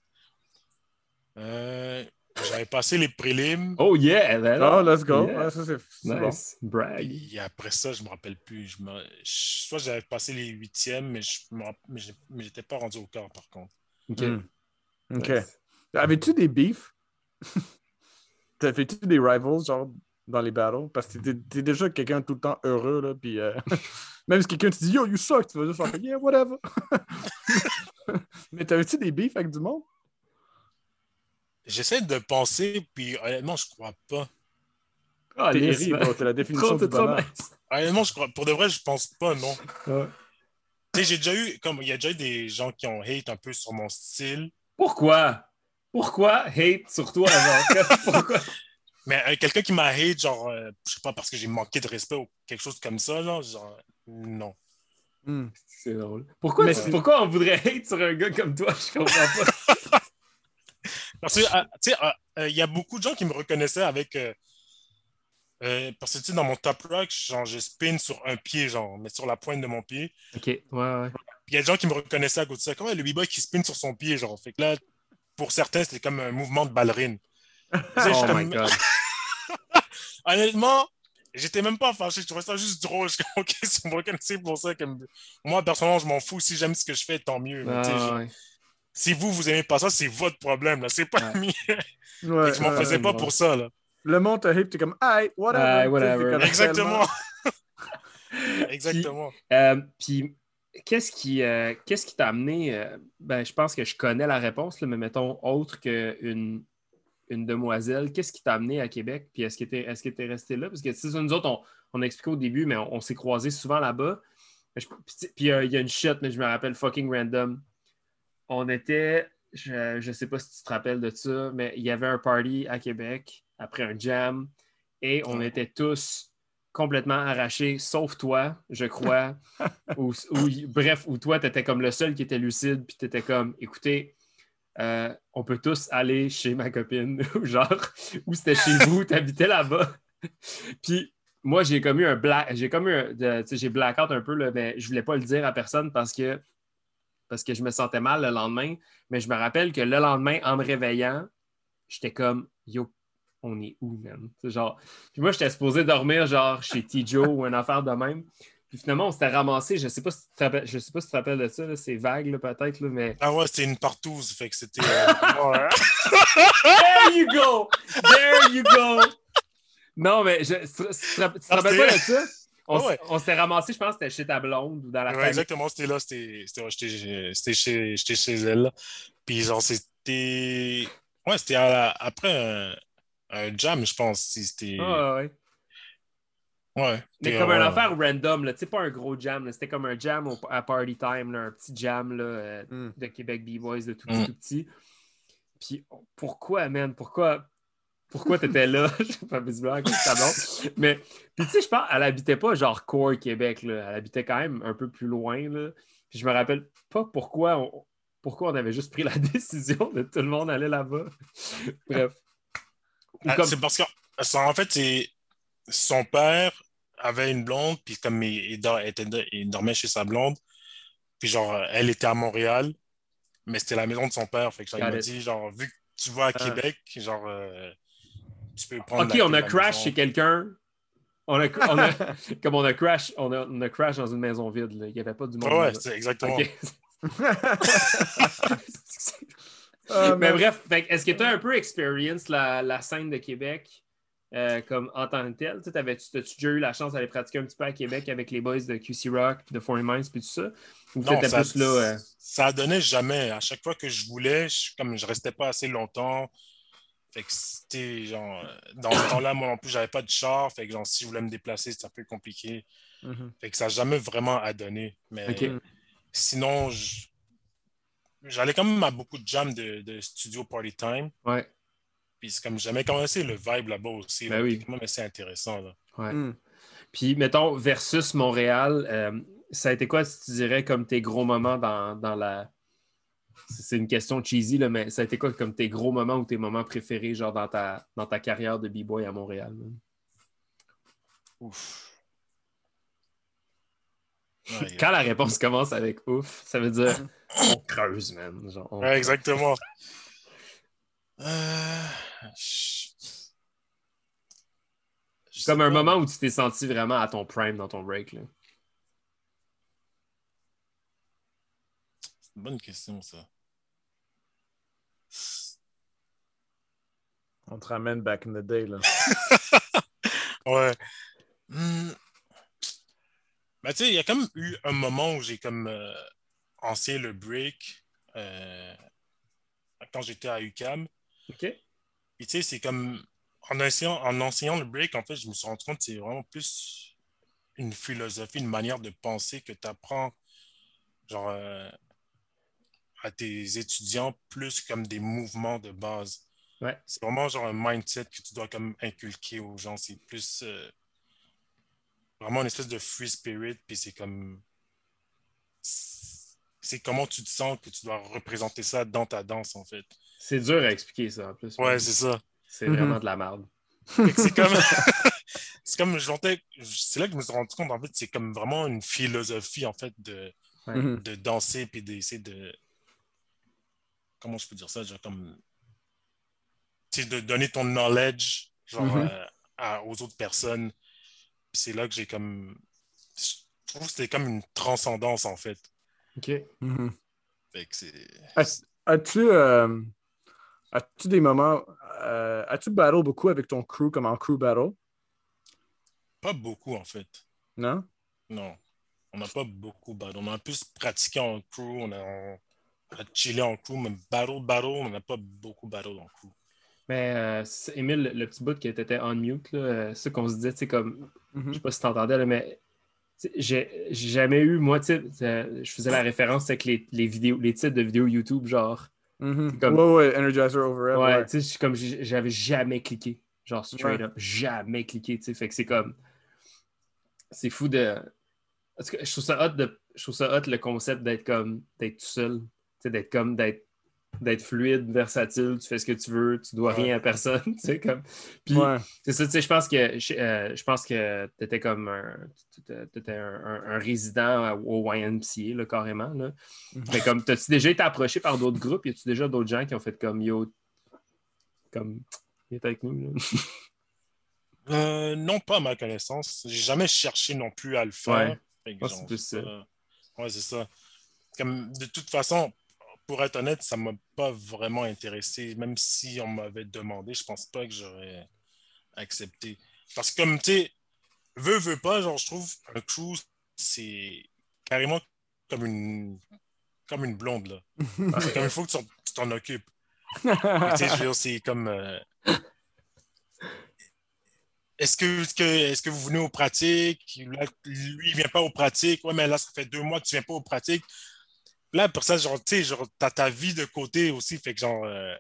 Euh, j'avais passé les prélims. Oh yeah! Ben Oh, non. let's go. Yeah. Ouais, ça, c'est c'est bon. Nice. Brag. Puis après ça, je me rappelle plus. Je me... je- Soit j'avais passé les huitièmes, mais je me rapp- mais j'ai- mais j'étais pas rendu au quart par contre. Ok. Hmm. OK. Nice. Avais-tu des beefs? T'avais-tu des rivals, genre, dans les battles? Parce que t'es, t'es déjà quelqu'un tout le temps heureux, là, puis euh, même si quelqu'un te dit « Yo, you suck », tu vas juste faire « Yeah, whatever ». Mais t'avais-tu des beefs avec du monde? J'essaie de penser, puis honnêtement, je crois pas. Ah, T'es lisse, Eri, man. bro, t'es la Trop, définition t'es du trop bonheur. nice. Honnêtement, je crois... pour de vrai, je pense pas, non. Ouais. Tu sais, j'ai déjà eu, comme il y a déjà eu des gens qui ont hate un peu sur mon style, Pourquoi? Pourquoi hate sur toi, genre? Pourquoi? mais euh, quelqu'un qui m'a hate, genre, euh, je sais pas, parce que j'ai manqué de respect ou quelque chose comme ça, là, genre, non. Hmm. C'est drôle. Pourquoi, Mais tu- c'est- pourquoi on voudrait hate sur un gars comme toi? Je comprends pas. Parce que, ah, tu sais, ah, euh, il y a beaucoup de gens qui me reconnaissaient avec. euh, euh, parce que, tu sais, dans mon top rock, genre, je spin sur un pied, genre, mais sur la pointe de mon pied. Ok, ouais, ouais. Puis il y a des gens qui me reconnaissaient à cause de ça. Comment le b-boy qui spin sur son pied, genre. Fait que là, pour certains, c'était comme un mouvement de ballerine. Tu sais, je suis Oh my comme- god. Honnêtement, j'étais même pas fâché. Je trouvais ça juste drôle. Je suis comme, ok, si vous me reconnaissez pour ça, comme... moi, personnellement, je m'en fous. Si j'aime ce que je fais, tant mieux. Mais, tu sais, Ah, genre, ouais. si vous, vous aimez pas ça, c'est votre problème, là. C'est pas Ouais. le mien. Ouais, Je m'en ouais. faisais pas non. pour ça, là. Le monde te hate, t'es comme, ah, whatever. Ah, Tu sais, whatever. c'est comme Exactement. tellement- Exactement. Puis, euh, puis qu'est-ce qui, euh, qu'est-ce qui t'a amené? euh, ben, je pense que je connais la réponse, là, mais mettons, autre qu'une une demoiselle, qu'est-ce qui t'a amené à Québec? Puis est-ce que t'es, est-ce que t'es resté là? Parce que, tu sais, ça, nous autres, on, on a expliqué au début, mais on, on s'est croisés souvent là-bas. Je- Puis, tu sais, puis, euh, il y a une shot, mais je me rappelle fucking random. On était, je, je sais pas si tu te rappelles de ça, mais il y avait un party à Québec après un jam et on Ouais. était tous complètement arrachés, sauf toi, je crois. Ou, ou- bref, où toi, tu étais comme le seul qui était lucide, puis tu étais comme, écoutez, euh, on peut tous aller chez ma copine, ou genre, ou c'était chez vous, tu habitais là-bas. Puis moi, j'ai comme eu un black, j'ai comme eu un, de- tu sais, j'ai blackout un peu, là, mais je voulais pas le dire à personne parce que parce que je me sentais mal le lendemain. Mais je me rappelle que le lendemain, en me réveillant, j'étais comme, yo, on est où, man? C'est genre... Puis moi, j'étais supposé dormir genre chez T. Joe ou une affaire de même. Puis finalement, on s'était ramassé. Je sais pas si tu te rappelles, je sais pas si tu te rappelles de ça, là, c'est vague là, peut-être, là, mais. Ah ouais, c'était une partouze, fait que c'était euh, vraiment, euh, There you go! There you go! Non, mais je, tu, tu te rappelles- tu te Ah, rappelles c'était- pas de ça? On, Ouais, s- ouais. on s'était ramassé, je pense, que c'était chez ta blonde ou dans la Ouais, famille. exactement, c'était là, c'était c'était- ouais, j'étais j'étais chez, j'étais chez elle, là. Puis genre, c'était... Ouais, c'était à la- après un, un jam, je pense. si C'était... Ah, ouais, ouais. Ouais, Mais c'était... comme une Ouais, affaire random, là. Tu sais, pas un gros jam, là. C'était comme un jam au- à party time, là, un petit jam là, euh, Hmm. de Québec B-Boys, de tout petit, Mm. tout petit. Puis pourquoi, man? Pourquoi, pourquoi t'étais là? Je sais pas visiblement à cause de ta blonde. Mais, puis tu sais, je pense, elle habitait pas genre core Québec, là. Elle habitait quand même un peu plus loin, là. Puis je me rappelle pas pourquoi on, pourquoi on avait juste pris la décision de tout le monde aller là-bas. Bref. Ou Ah, comme. c'est parce que, ça, en fait, c'est... Son père avait une blonde, puis comme il, il, dor- était- il dormait chez sa blonde, puis genre, elle était à Montréal, mais c'était la maison de son père. Fait que genre, il Got m'a it. dit, genre, vu que tu vas à Ah. Québec, genre, euh, tu peux prendre OK, la on clé a de la crash maison. chez quelqu'un. On a, on a, comme on a crash, on a, on a crash dans une maison vide. Là. Il n'y avait pas du monde Ouais, ouais, là-bas. c'est exactement. OK. Ah, Mais man. bref, fait que est-ce que tu as un peu expérience la, la scène de Québec euh, comme en tant que telle? Tu sais, t'avais-tu, t'as-tu déjà eu la chance d'aller pratiquer un petit peu à Québec avec les boys de Q C Rock, de quarante Minds, puis tout ça? Ou Non, t'étais ça, plus là? euh, ça donnait jamais. À chaque fois que je voulais, je, comme je restais pas assez longtemps. Fait que c'était genre, euh, dans ce temps-là, moi non plus, j'avais pas de char. Fait que genre, si je voulais me déplacer, c'était un peu compliqué. Mhm. Fait que ça n'a jamais vraiment à donner. OK. Mais sinon, je- j'allais quand même à beaucoup de jams de, de studio Party Time. Ouais. Puis c'est comme j'aimais commencer le vibe là-bas aussi. Là, Ben puis oui. quand même assez intéressant. Là. Ouais. Hmm. Puis, mettons, versus Montréal, euh, ça a été quoi, si tu dirais, comme tes gros moments dans, dans la. C'est une question cheesy, là, mais ça a été quoi comme tes gros moments ou tes moments préférés, genre dans ta, dans ta carrière de B-Boy à Montréal? Man? Ouf. Aïe, Quand aïe. la réponse commence avec ouf, ça veut dire on creuse, man. Genre, on Ouais, creuse. exactement. Euh, je- je sais Comme un pas. moment où tu t'es senti vraiment à ton prime dans ton break. Là. C'est une bonne question, ça. On te ramène back in the day, là. Ouais. Hmm. Ben, tu sais, il y a comme eu un moment où j'ai comme euh, lancé le break euh, quand j'étais à U Q A M. OK? Puis tu sais, c'est comme en enseignant, en enseignant le break, en fait, je me suis rendu compte que c'est vraiment plus une philosophie, une manière de penser que tu apprends genre euh, à tes étudiants plus comme des mouvements de base. Ouais. C'est vraiment genre un mindset que tu dois comme inculquer aux gens. C'est plus euh, vraiment une espèce de free spirit, puis c'est comme c'est comment tu te sens que tu dois représenter ça dans ta danse, en fait. C'est dur à expliquer ça en plus. Ouais, man. c'est ça. C'est vraiment de la merde. Fait que c'est comme c'est comme je sentais- c'est là que je me suis rendu compte, en fait, c'est comme vraiment une philosophie, en fait, de, Ouais. Mhm. de danser puis d'essayer de comment je peux dire ça, genre comme tu sais, de donner ton knowledge genre Mhm. euh, à- aux autres personnes. Puis c'est là que j'ai comme je trouve que c'était comme une transcendance, en fait. OK. Mhm. Fait que c'est As- as-tu, euh, as-tu des moments. Euh, as-tu battle beaucoup avec ton crew comme en crew battle? Pas beaucoup, en fait. Non? Non. On n'a pas beaucoup battle. On a plus pratiqué en crew, on a, on a chillé en crew, mais battle, battle, on n'a pas beaucoup battle en crew. Mais euh, c'est- Émile, le, le petit bout qui était on mute, là, euh, c'est ça qu'on se disait, tu sais, comme, je Mhm. sais pas si t'entendais, là, mais tu sais, j'ai j'ai jamais eu, moi, tu sais, euh, je faisais la référence avec les, les vidéos, les titres de vidéos YouTube, genre, c'est Mhm. comme, Ouais, ouais, Energizer Overhead, ouais, ouais. tu sais, je suis comme, j'ai- j'avais jamais cliqué, genre, straight Ouais. up, jamais cliqué, tu sais, fait que c'est comme, c'est fou de, parce que je trouve ça hot de, je trouve ça hot le concept d'être comme, d'être tout seul, tu sais, d'être comme, d'être d'être fluide, versatile, tu fais ce que tu veux, tu dois Ouais. rien à personne, tu sais, comme. Puis, Ouais. c'est ça, tu sais, je pense que je, euh, je pense que t'étais comme un, t'étais un, un, un résident au Y M C A, là, carrément, là. Mhm. Mais comme, t'as-tu déjà été approché par d'autres groupes? Y a-tu déjà d'autres gens qui ont fait comme, yo, comme, il est avec nous, là? Euh, non, pas à ma connaissance. J'ai jamais cherché non plus à le faire. Ouais, Fait que moi, c'est genre, plus j'ai ça. pas- Ouais, c'est ça. Comme, de toute façon, pour être honnête, ça m'a pas vraiment intéressé. Même si on m'avait demandé, je pense pas que j'aurais accepté. Parce que comme, tu sais, veux, veux pas, genre, je trouve un crew, c'est carrément comme une, comme une blonde, là. C'est comme il faut que tu t'en tu t'en occupes. Et tu sais, je veux dire, c'est comme... euh, est-ce que, est-ce que, est-ce que vous venez aux pratiques? Là, lui, il vient pas aux pratiques. Ouais, mais là, ça fait deux mois que tu viens pas aux pratiques. Là, pour ça, genre, tu sais, genre, t'as ta vie de côté aussi. Fait que, genre, euh,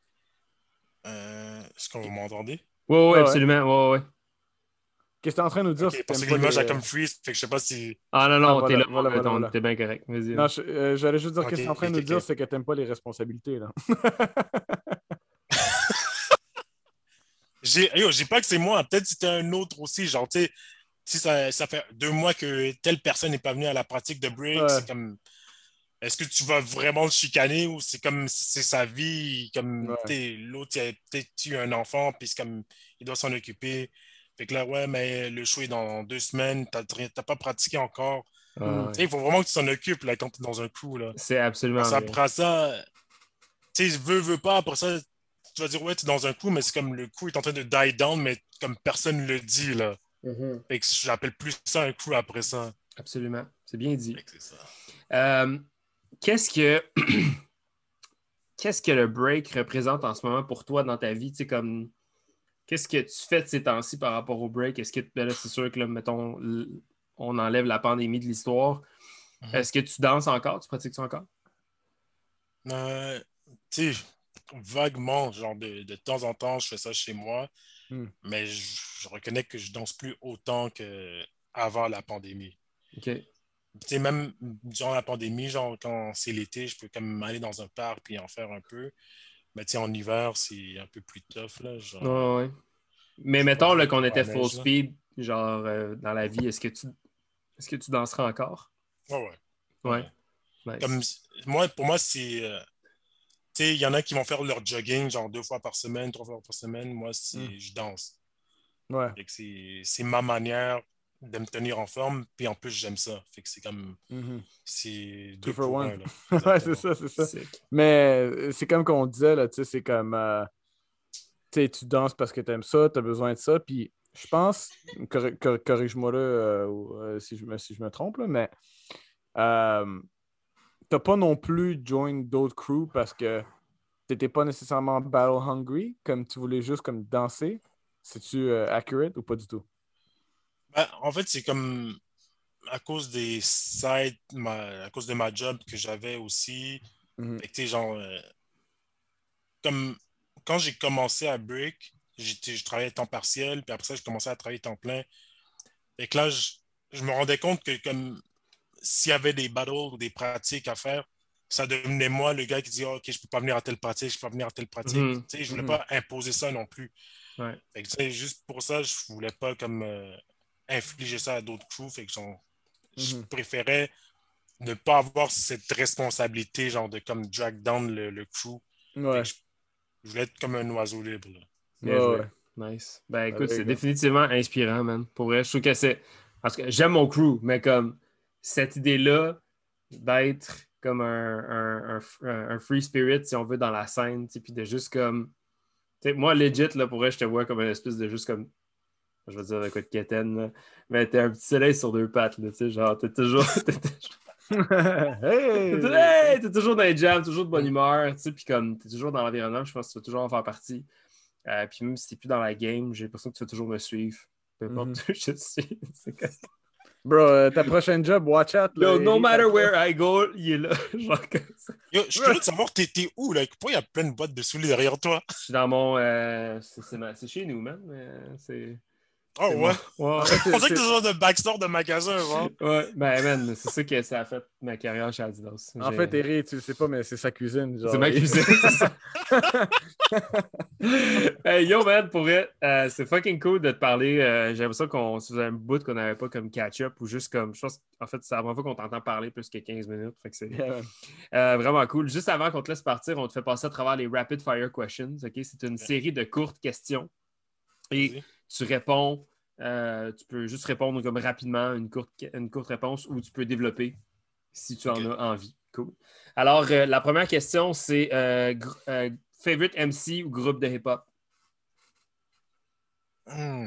euh, est-ce qu'on m'entendez? Ouais, ouais, Ouais, ouais. absolument, ouais, ouais. Qu'est-ce que t'es en train de nous dire si OK, parce t'aimes que pas l'image a les. comme freeze. Fait que je sais pas si... Ah non, Ah, non, t'es voilà, là, voilà, euh, voilà, ton- voilà. t'es bien correct, vas-y. Non, je- euh, j'allais juste dire OK, qu'est-ce que t'es en train de OK, nous dire, OK. c'est que t'aimes pas les responsabilités, là. J'ai, yo, j'ai pas que c'est moi. Peut-être que c'était un autre aussi. Genre, tu sais, si ça, ça fait deux mois que telle personne n'est pas venue à la pratique de break, Ouais, c'est comme... Est-ce que tu vas vraiment le chicaner ou c'est comme c'est sa vie, comme ouais. t'es l'autre, il a peut-être eu un enfant, puis c'est comme il doit s'en occuper. Fait que là, ouais, mais le show est dans deux semaines, t'as rien- t'as pas pratiqué encore. Ah, Mhm. Tu sais, ouais. il faut vraiment que tu s'en occupes là, quand t'es dans un crew, là. C'est absolument Parce vrai. qu'après ça, tu sais, veux, veux pas, après ça, tu vas dire, ouais, t'es dans un crew, mais c'est comme le crew est en train de die down, mais comme personne le dit, là. Mhm. Fait que j'appelle plus ça un crew après ça. Absolument, c'est bien dit. Fait que c'est ça. Euh, qu'est-ce que qu'est-ce que le break représente en ce moment pour toi dans ta vie? Tu sais, comme qu'est-ce que tu fais de ces temps-ci par rapport au break? Est-ce que ben là, c'est sûr que là, mettons, l- on enlève la pandémie de l'histoire. Mhm. Est-ce que tu danses encore? Tu pratiques-tu encore? Euh, tu sais, vaguement, genre de, de temps en temps, je fais ça chez moi, Mhm. mais je, je reconnais que je danse plus autant qu'avant la pandémie. OK. Tu sais, même durant la pandémie, genre quand c'est l'été, je peux quand même aller dans un parc puis en faire un peu. Mais tu sais, en hiver, c'est un peu plus tough, là. Genre, euh, Ouais, ouais. Mais je vais pas mettons dire là, qu'il qu'on y aura était la full neige, là. speed, genre euh, dans la vie, est-ce que tu est-ce que tu danseras encore? Ouais, ouais. Ouais. Ouais. Comme, Nice. moi, pour moi, c'est... euh, tu sais, il y en a qui vont faire leur jogging, genre deux fois par semaine, trois fois par semaine. Moi, Mhm. c'est, je danse. Ouais. Fait que c'est c'est ma manière de me tenir en forme. Puis en plus, j'aime ça. Fait que c'est comme... Mhm. C'est Two deux for pour one. un, là. Ouais, c'est Exactement. ça, c'est ça. Sick. Mais euh, c'est comme qu'on disait, là, tu sais, c'est comme, euh, tu sais, tu danses parce que t'aimes ça, t'as besoin de ça, puis je pense, corri- cor- corrige-moi là euh, ou, euh, si je me, si je me trompe, là, mais euh, t'as pas non plus join d'autres crews parce que t'étais pas nécessairement battle hungry, comme tu voulais juste comme danser. C'est-tu euh, accurate ou pas du tout? Ben, en fait, c'est comme à cause des sites, ma- à cause de ma job que j'avais aussi. Mhm. Fait que, tu sais, genre, euh, comme quand j'ai commencé à Brick, j'étais, je travaillais à temps partiel, puis après ça, je commençais à travailler temps plein. Et que là, je, je me rendais compte que comme s'il y avait des battles ou des pratiques à faire, ça devenait moi le gars qui dit, Ah, OK, je peux pas venir à telle pratique, je peux pas venir à telle pratique. Mhm. Tu sais, je voulais Mhm. pas imposer ça non plus. Ouais. Fait que, tu sais, juste pour ça, je voulais pas comme euh, infliger ça à d'autres crews. Fait que genre, je Mhm. préférais ne pas avoir cette responsabilité, genre de comme drag down le, le crew. Fait que Ouais. je, je voulais être comme un oiseau libre, là. Bien Ouais, joué. ouais. Nice. Ben Ah, écoute, there c'est you go. définitivement inspirant, man. Pour vrai, je trouve que c'est. Parce que j'aime mon crew, mais comme cette idée-là d'être comme un, un, un, un free spirit, si on veut, dans la scène, puis de juste comme... T'sais, moi, legit, là, pour vrai, je te vois comme une espèce de juste comme... Je veux dire de quoi de quétaine, là. Mais t'es un petit soleil sur deux pattes, là, tu sais, genre, t'es toujours... T'es, hey! t'es, hey! T'es toujours dans les jams, toujours de bonne humeur, tu sais, puis comme t'es toujours dans l'environnement, je pense que tu vas toujours en faire partie. Euh, puis même si t'es plus dans la game, j'ai l'impression que tu vas toujours me suivre. Peu importe Mm-hmm. où je suis. C'est comme... Bro, euh, ta prochaine job, watch out. Là, Yo, no Eric, matter après. where I go, il est là. Genre comme ça. Yo, je suis curieux de savoir, t'es, t'es où, là? Pourquoi il y a plein de boîtes de souliers derrière toi? Je suis dans mon... Euh, c'est, c'est, ma... c'est chez nous, man. Euh, c'est... Oh, c'est ouais. mon... ouais. En fait, On c'est, dirait que c'est... t'es genre de backstore de magasin, genre. Ouais, ben, man, c'est ça que ça a fait ma carrière chez Adidas. En J'ai... fait, Eric, tu le sais pas, mais c'est sa cuisine. Genre, C'est ma cuisine, c'est ça. Hey, yo, man, pour vrai, euh, c'est fucking cool de te parler. Euh, j'ai l'impression qu'on se faisait un bout qu'on n'avait pas comme catch-up ou juste comme. Je pense en fait, c'est la première fois qu'on t'entend parler plus que quinze minutes. Fait que c'est Yeah, euh, vraiment cool. Juste avant qu'on te laisse partir, on te fait passer à travers les Rapid Fire Questions. Okay? C'est une série de courtes questions. Et Vas-y. tu réponds. Euh, tu peux juste répondre comme rapidement une courte, une courte réponse ou tu peux développer si tu Okay. en as envie. Cool. Alors, euh, la première question, c'est euh, gr- euh, favorite M C ou groupe de hip-hop? Hmm.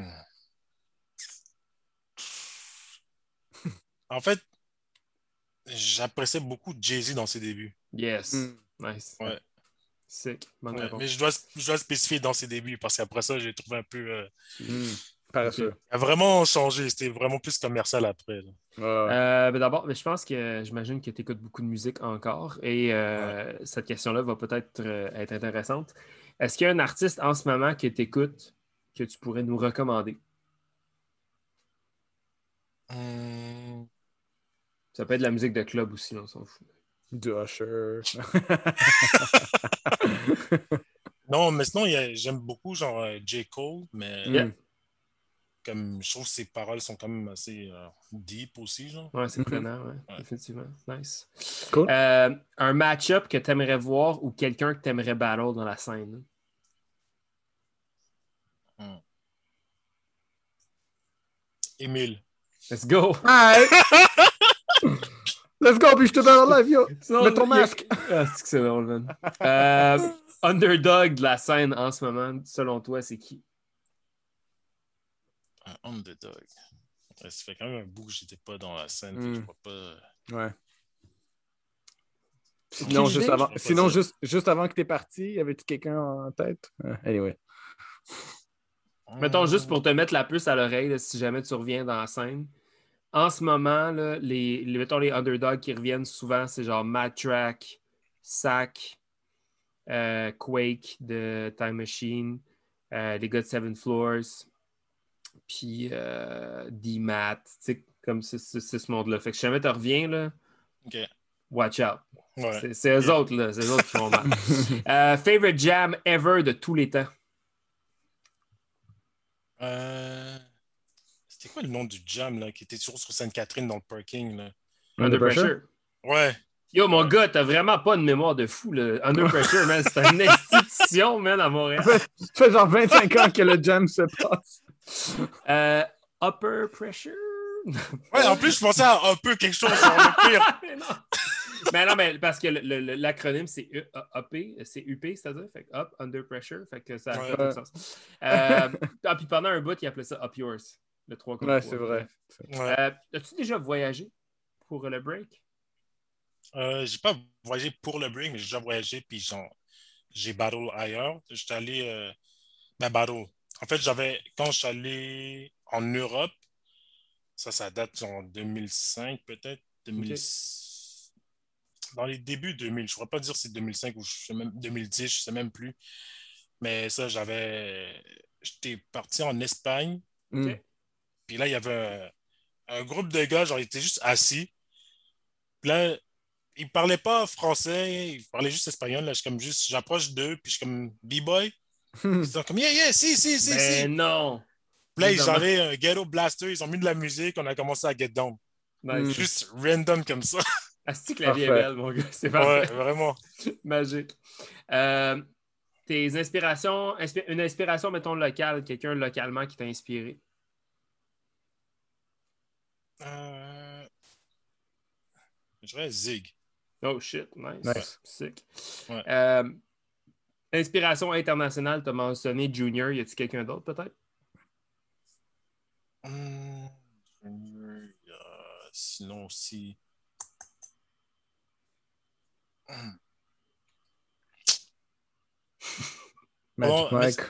En fait, j'appréciais beaucoup Jay-Z dans ses débuts. Yes. Mm. Nice. Ouais. Sick. Bonne Ouais, réponse. mais je dois, je dois spécifier dans ses débuts parce qu'après ça, j'ai trouvé un peu. Euh, Mm. Paresseux. Ok. il a vraiment changé. C'était vraiment plus commercial après. Là. Ouais. Euh, ben d'abord, ben je pense que j'imagine que tu écoutes beaucoup de musique encore et euh, cette question-là va peut-être euh, être intéressante. Est-ce qu'il y a un artiste en ce moment que tu écoutes que tu pourrais nous recommander? Hmm. Ça peut être de la musique de club aussi, on s'en fout. Du Usher. Non, mais sinon, il y a- j'aime beaucoup genre euh, J. Cole, mais Yeah. Mm. comme je trouve que ses paroles sont quand même assez euh, deep aussi, genre. Ouais, c'est Mhm. prenant, ouais, Ouais. effectivement. Nice. Cool. Euh, un match-up que tu aimerais voir ou quelqu'un que tu aimerais battle dans la scène? Hmm. Émile. Let's go! Alright. Let's go, puis je te donne en live, yo. Sinon, Mets ton il y a- masque. Ah, c'est que c'est drôle, man. Euh, underdog de la scène en ce moment, selon toi, c'est qui? Un underdog. Ouais, ça fait quand même un bout que j'étais pas dans la scène. Hmm. Fait que je vois pas. Ouais. Aucune Sinon, idée. juste avant, Je vois pas sinon ça. juste, juste avant que t'es parti, y avait-tu quelqu'un en tête? Uh, anyway. Mettons juste Hmm. pour te mettre la puce à l'oreille, là, si jamais tu reviens dans la scène. En ce moment, là, les, les, mettons les underdogs qui reviennent souvent, c'est genre Mad Track, Sack, euh, Quake de Time Machine, euh, les gars de Seven Floors, puis euh, D-Mat, tu sais, comme c'est, c'est, c'est ce monde-là. Fait que si jamais tu reviens, là, Ok. watch out. Ouais. C'est, c'est eux Ok. autres, là, c'est eux autres qui font mal. Euh, favorite jam ever de tous les temps? Euh, C'était quoi le nom du jam là, qui était toujours sur Sainte-Catherine dans le parking là? Under Pressure. Ouais. Yo, mon Ouais. gars, t'as vraiment pas une mémoire de fou, là. Under Pressure, man, c'est une institution, man, à Montréal. Ça fait genre vingt-cinq ans que le jam se passe. Euh, upper Pressure? Ouais, en plus, je pensais à un peu quelque chose sur le pire. mais non. Mais non, mais parce que le- le- l'acronyme, c'est U- U P, c'est U P, c'est-à-dire, fait que Up, Under Pressure, fait que ça Ouais. fait tout le sens. Euh, ah, puis pendant un bout, il appelait ça Up Yours, le trois contre Ouais, trois. c'est vrai. Ouais. Euh, as-tu déjà voyagé pour le break? Euh, j'ai pas voyagé pour le break, mais j'ai déjà voyagé, puis genre, j'ai battle ailleurs. J'étais allé. Euh... Ben, battle. En fait, j'avais. Quand je suis allé en Europe, ça, ça date en deux mille cinq, peut-être. deux mille... Ok. Dans les débuts deux mille. Je ne pourrais pas dire si c'est deux mille cinq ou je sais même... deux mille dix, je ne sais même plus. Mais ça, j'avais. J'étais parti en Espagne, Mm. Ok. puis là, il y avait un, un groupe de gars, genre, ils étaient juste assis. Puis là, ils parlaient pas français, ils parlaient juste espagnol. Là, je suis comme juste, j'approche d'eux, puis je suis comme B-boy. Ils sont comme yeah, yeah, si, si, si, Ben si. non! Puis là, ils Évidemment. avaient un ghetto blaster, ils ont mis de la musique, on a commencé à get down. Nice. Mm. Juste random comme ça. Asti que la vie est Parfait. belle, mon gars, c'est Ouais, parfait. vraiment. Magique. Euh, tes inspirations, inspi- une inspiration, mettons, locale, quelqu'un localement qui t'a inspiré. Euh... Je dirais Zig. Oh shit, nice. Nice. Sick. Ouais. Euh, inspiration internationale, tu as mentionné Junior. Y a-t-il quelqu'un d'autre peut-être? Hum, euh, sinon aussi. Hum. Magic Oh, mais Mike.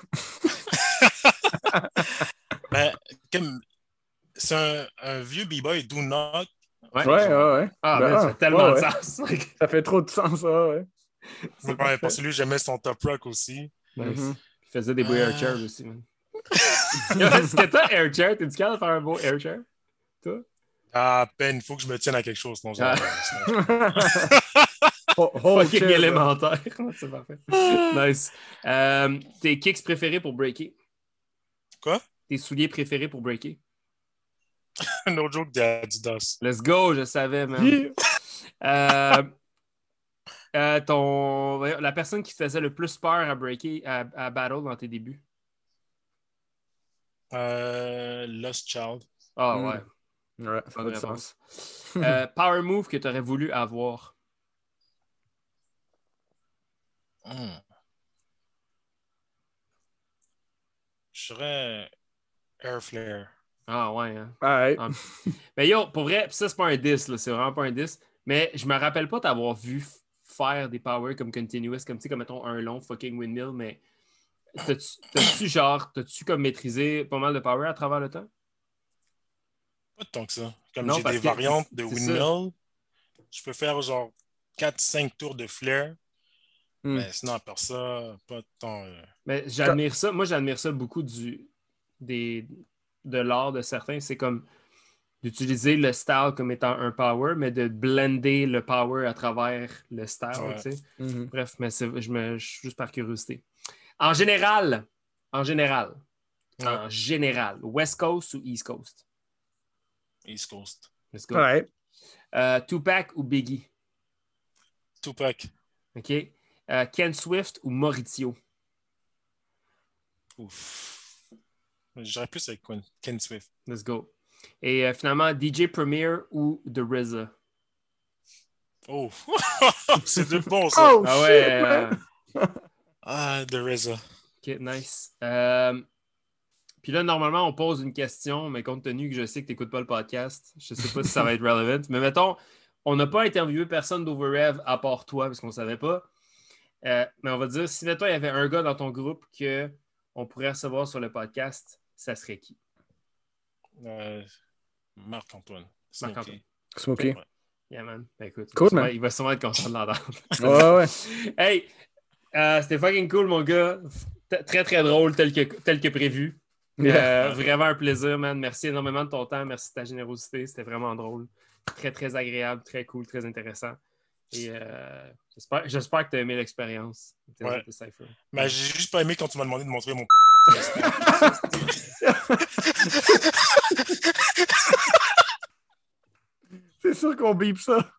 Ben, comme c'est un, un vieux b-boy, Do Not. Ouais. Ouais, genre, ouais, ouais. Ah, Ben, mais ça ah, fait tellement ouais, de ouais. sens. Ça fait trop de sens, ça, ouais. C'est ouais, parfait. parce que lui, j'aimais son top rock aussi. Nice. Mhm. Il faisait des beaux air Euh. chairs aussi, man. Est-ce que t'as air chair? T'es-tu capable de faire un beau air chair? Toi? À peine, il faut que je me tienne à quelque chose, sinon Ah. j'arrive. Sinon... Oh, oh, Fucking chill, bro. élémentaire. C'est parfait. Nice. Euh, tes kicks préférés pour breaker? Quoi? Tes souliers préférés pour breaker? Un autre joke d'Adidas. Let's go, je savais, man. Yeah. Euh, euh, ton... La personne qui te faisait le plus peur à breaker, à, à battle dans tes débuts? Euh, Lost Child. Ah Mm. ouais, Ouais, ça bonne fait du réponse. sens. Euh, power move que tu aurais voulu avoir? Hmm. Je serais Air Flare. Ah ouais, hein. Alright. Ah. Mais yo, pour vrai, ça c'est pas un diss, là, c'est vraiment pas un diss. Mais je me rappelle pas t'avoir vu f- faire des powers comme continuous, comme tu sais, comme mettons un long fucking windmill, mais t'as-tu, t'as-tu genre, t'as-tu comme maîtrisé pas mal de power à travers le temps? Pas tant que ça. Comme Non, j'ai parce des que variantes c'est- de c'est ça. windmill, je peux faire genre quatre cinq tours de flare. Mm. Mais sinon, à part ça, pas tant. euh, Mais j'admire ça. Moi, j'admire ça beaucoup du, des, de l'art de certains. C'est comme d'utiliser le style comme étant un power, mais de blender le power à travers le style. Ouais. Tu sais. Mhm. Bref, mais c'est, je me je suis juste par curiosité. En général, en général, Ouais. en général, West Coast ou East Coast? East Coast. Let's go. Alright. Euh, Tupac ou Biggie? Tupac. OK. Euh, Ken Swift ou Maurizio? Ouf. J'irais plus avec Ken, Ken Swift. Let's go. Et euh, finalement, D J Premier ou The R Z A? Oh! C'est de bon, ça. Oh, Ah shit, ouais. man. euh, Ah, The R Z A. OK, nice. Euh, Puis là, normalement, on pose une question, mais compte tenu que je sais que tu n'écoutes pas le podcast, je ne sais pas si ça va être relevant. Mais mettons, on n'a pas interviewé personne d'Overrev à part toi, parce qu'on ne savait pas. Euh, mais on va dire, si mettons, il y avait un gars dans ton groupe qu'on pourrait recevoir sur le podcast, ça serait qui? Euh, Marc-Antoine. Marc-Antoine. Smokey. Smokey. Ouais. Yeah, man. Ben, écoute, Cool, il va, sûrement, man. il va sûrement être content de l'entendre. Ouais, ouais. Hey, euh, c'était fucking cool, mon gars. T- Très, très drôle, tel que, tel que prévu. Yeah. Euh, vraiment un plaisir, man. Merci énormément de ton temps. Merci de ta générosité. C'était vraiment drôle. Très, très agréable, très cool, très intéressant. Et euh, j'espère, j'espère que tu as aimé l'expérience. Ouais. de Cypher. Mais j'ai juste pas aimé quand tu m'as demandé de montrer mon. C'est sûr qu'on bip ça.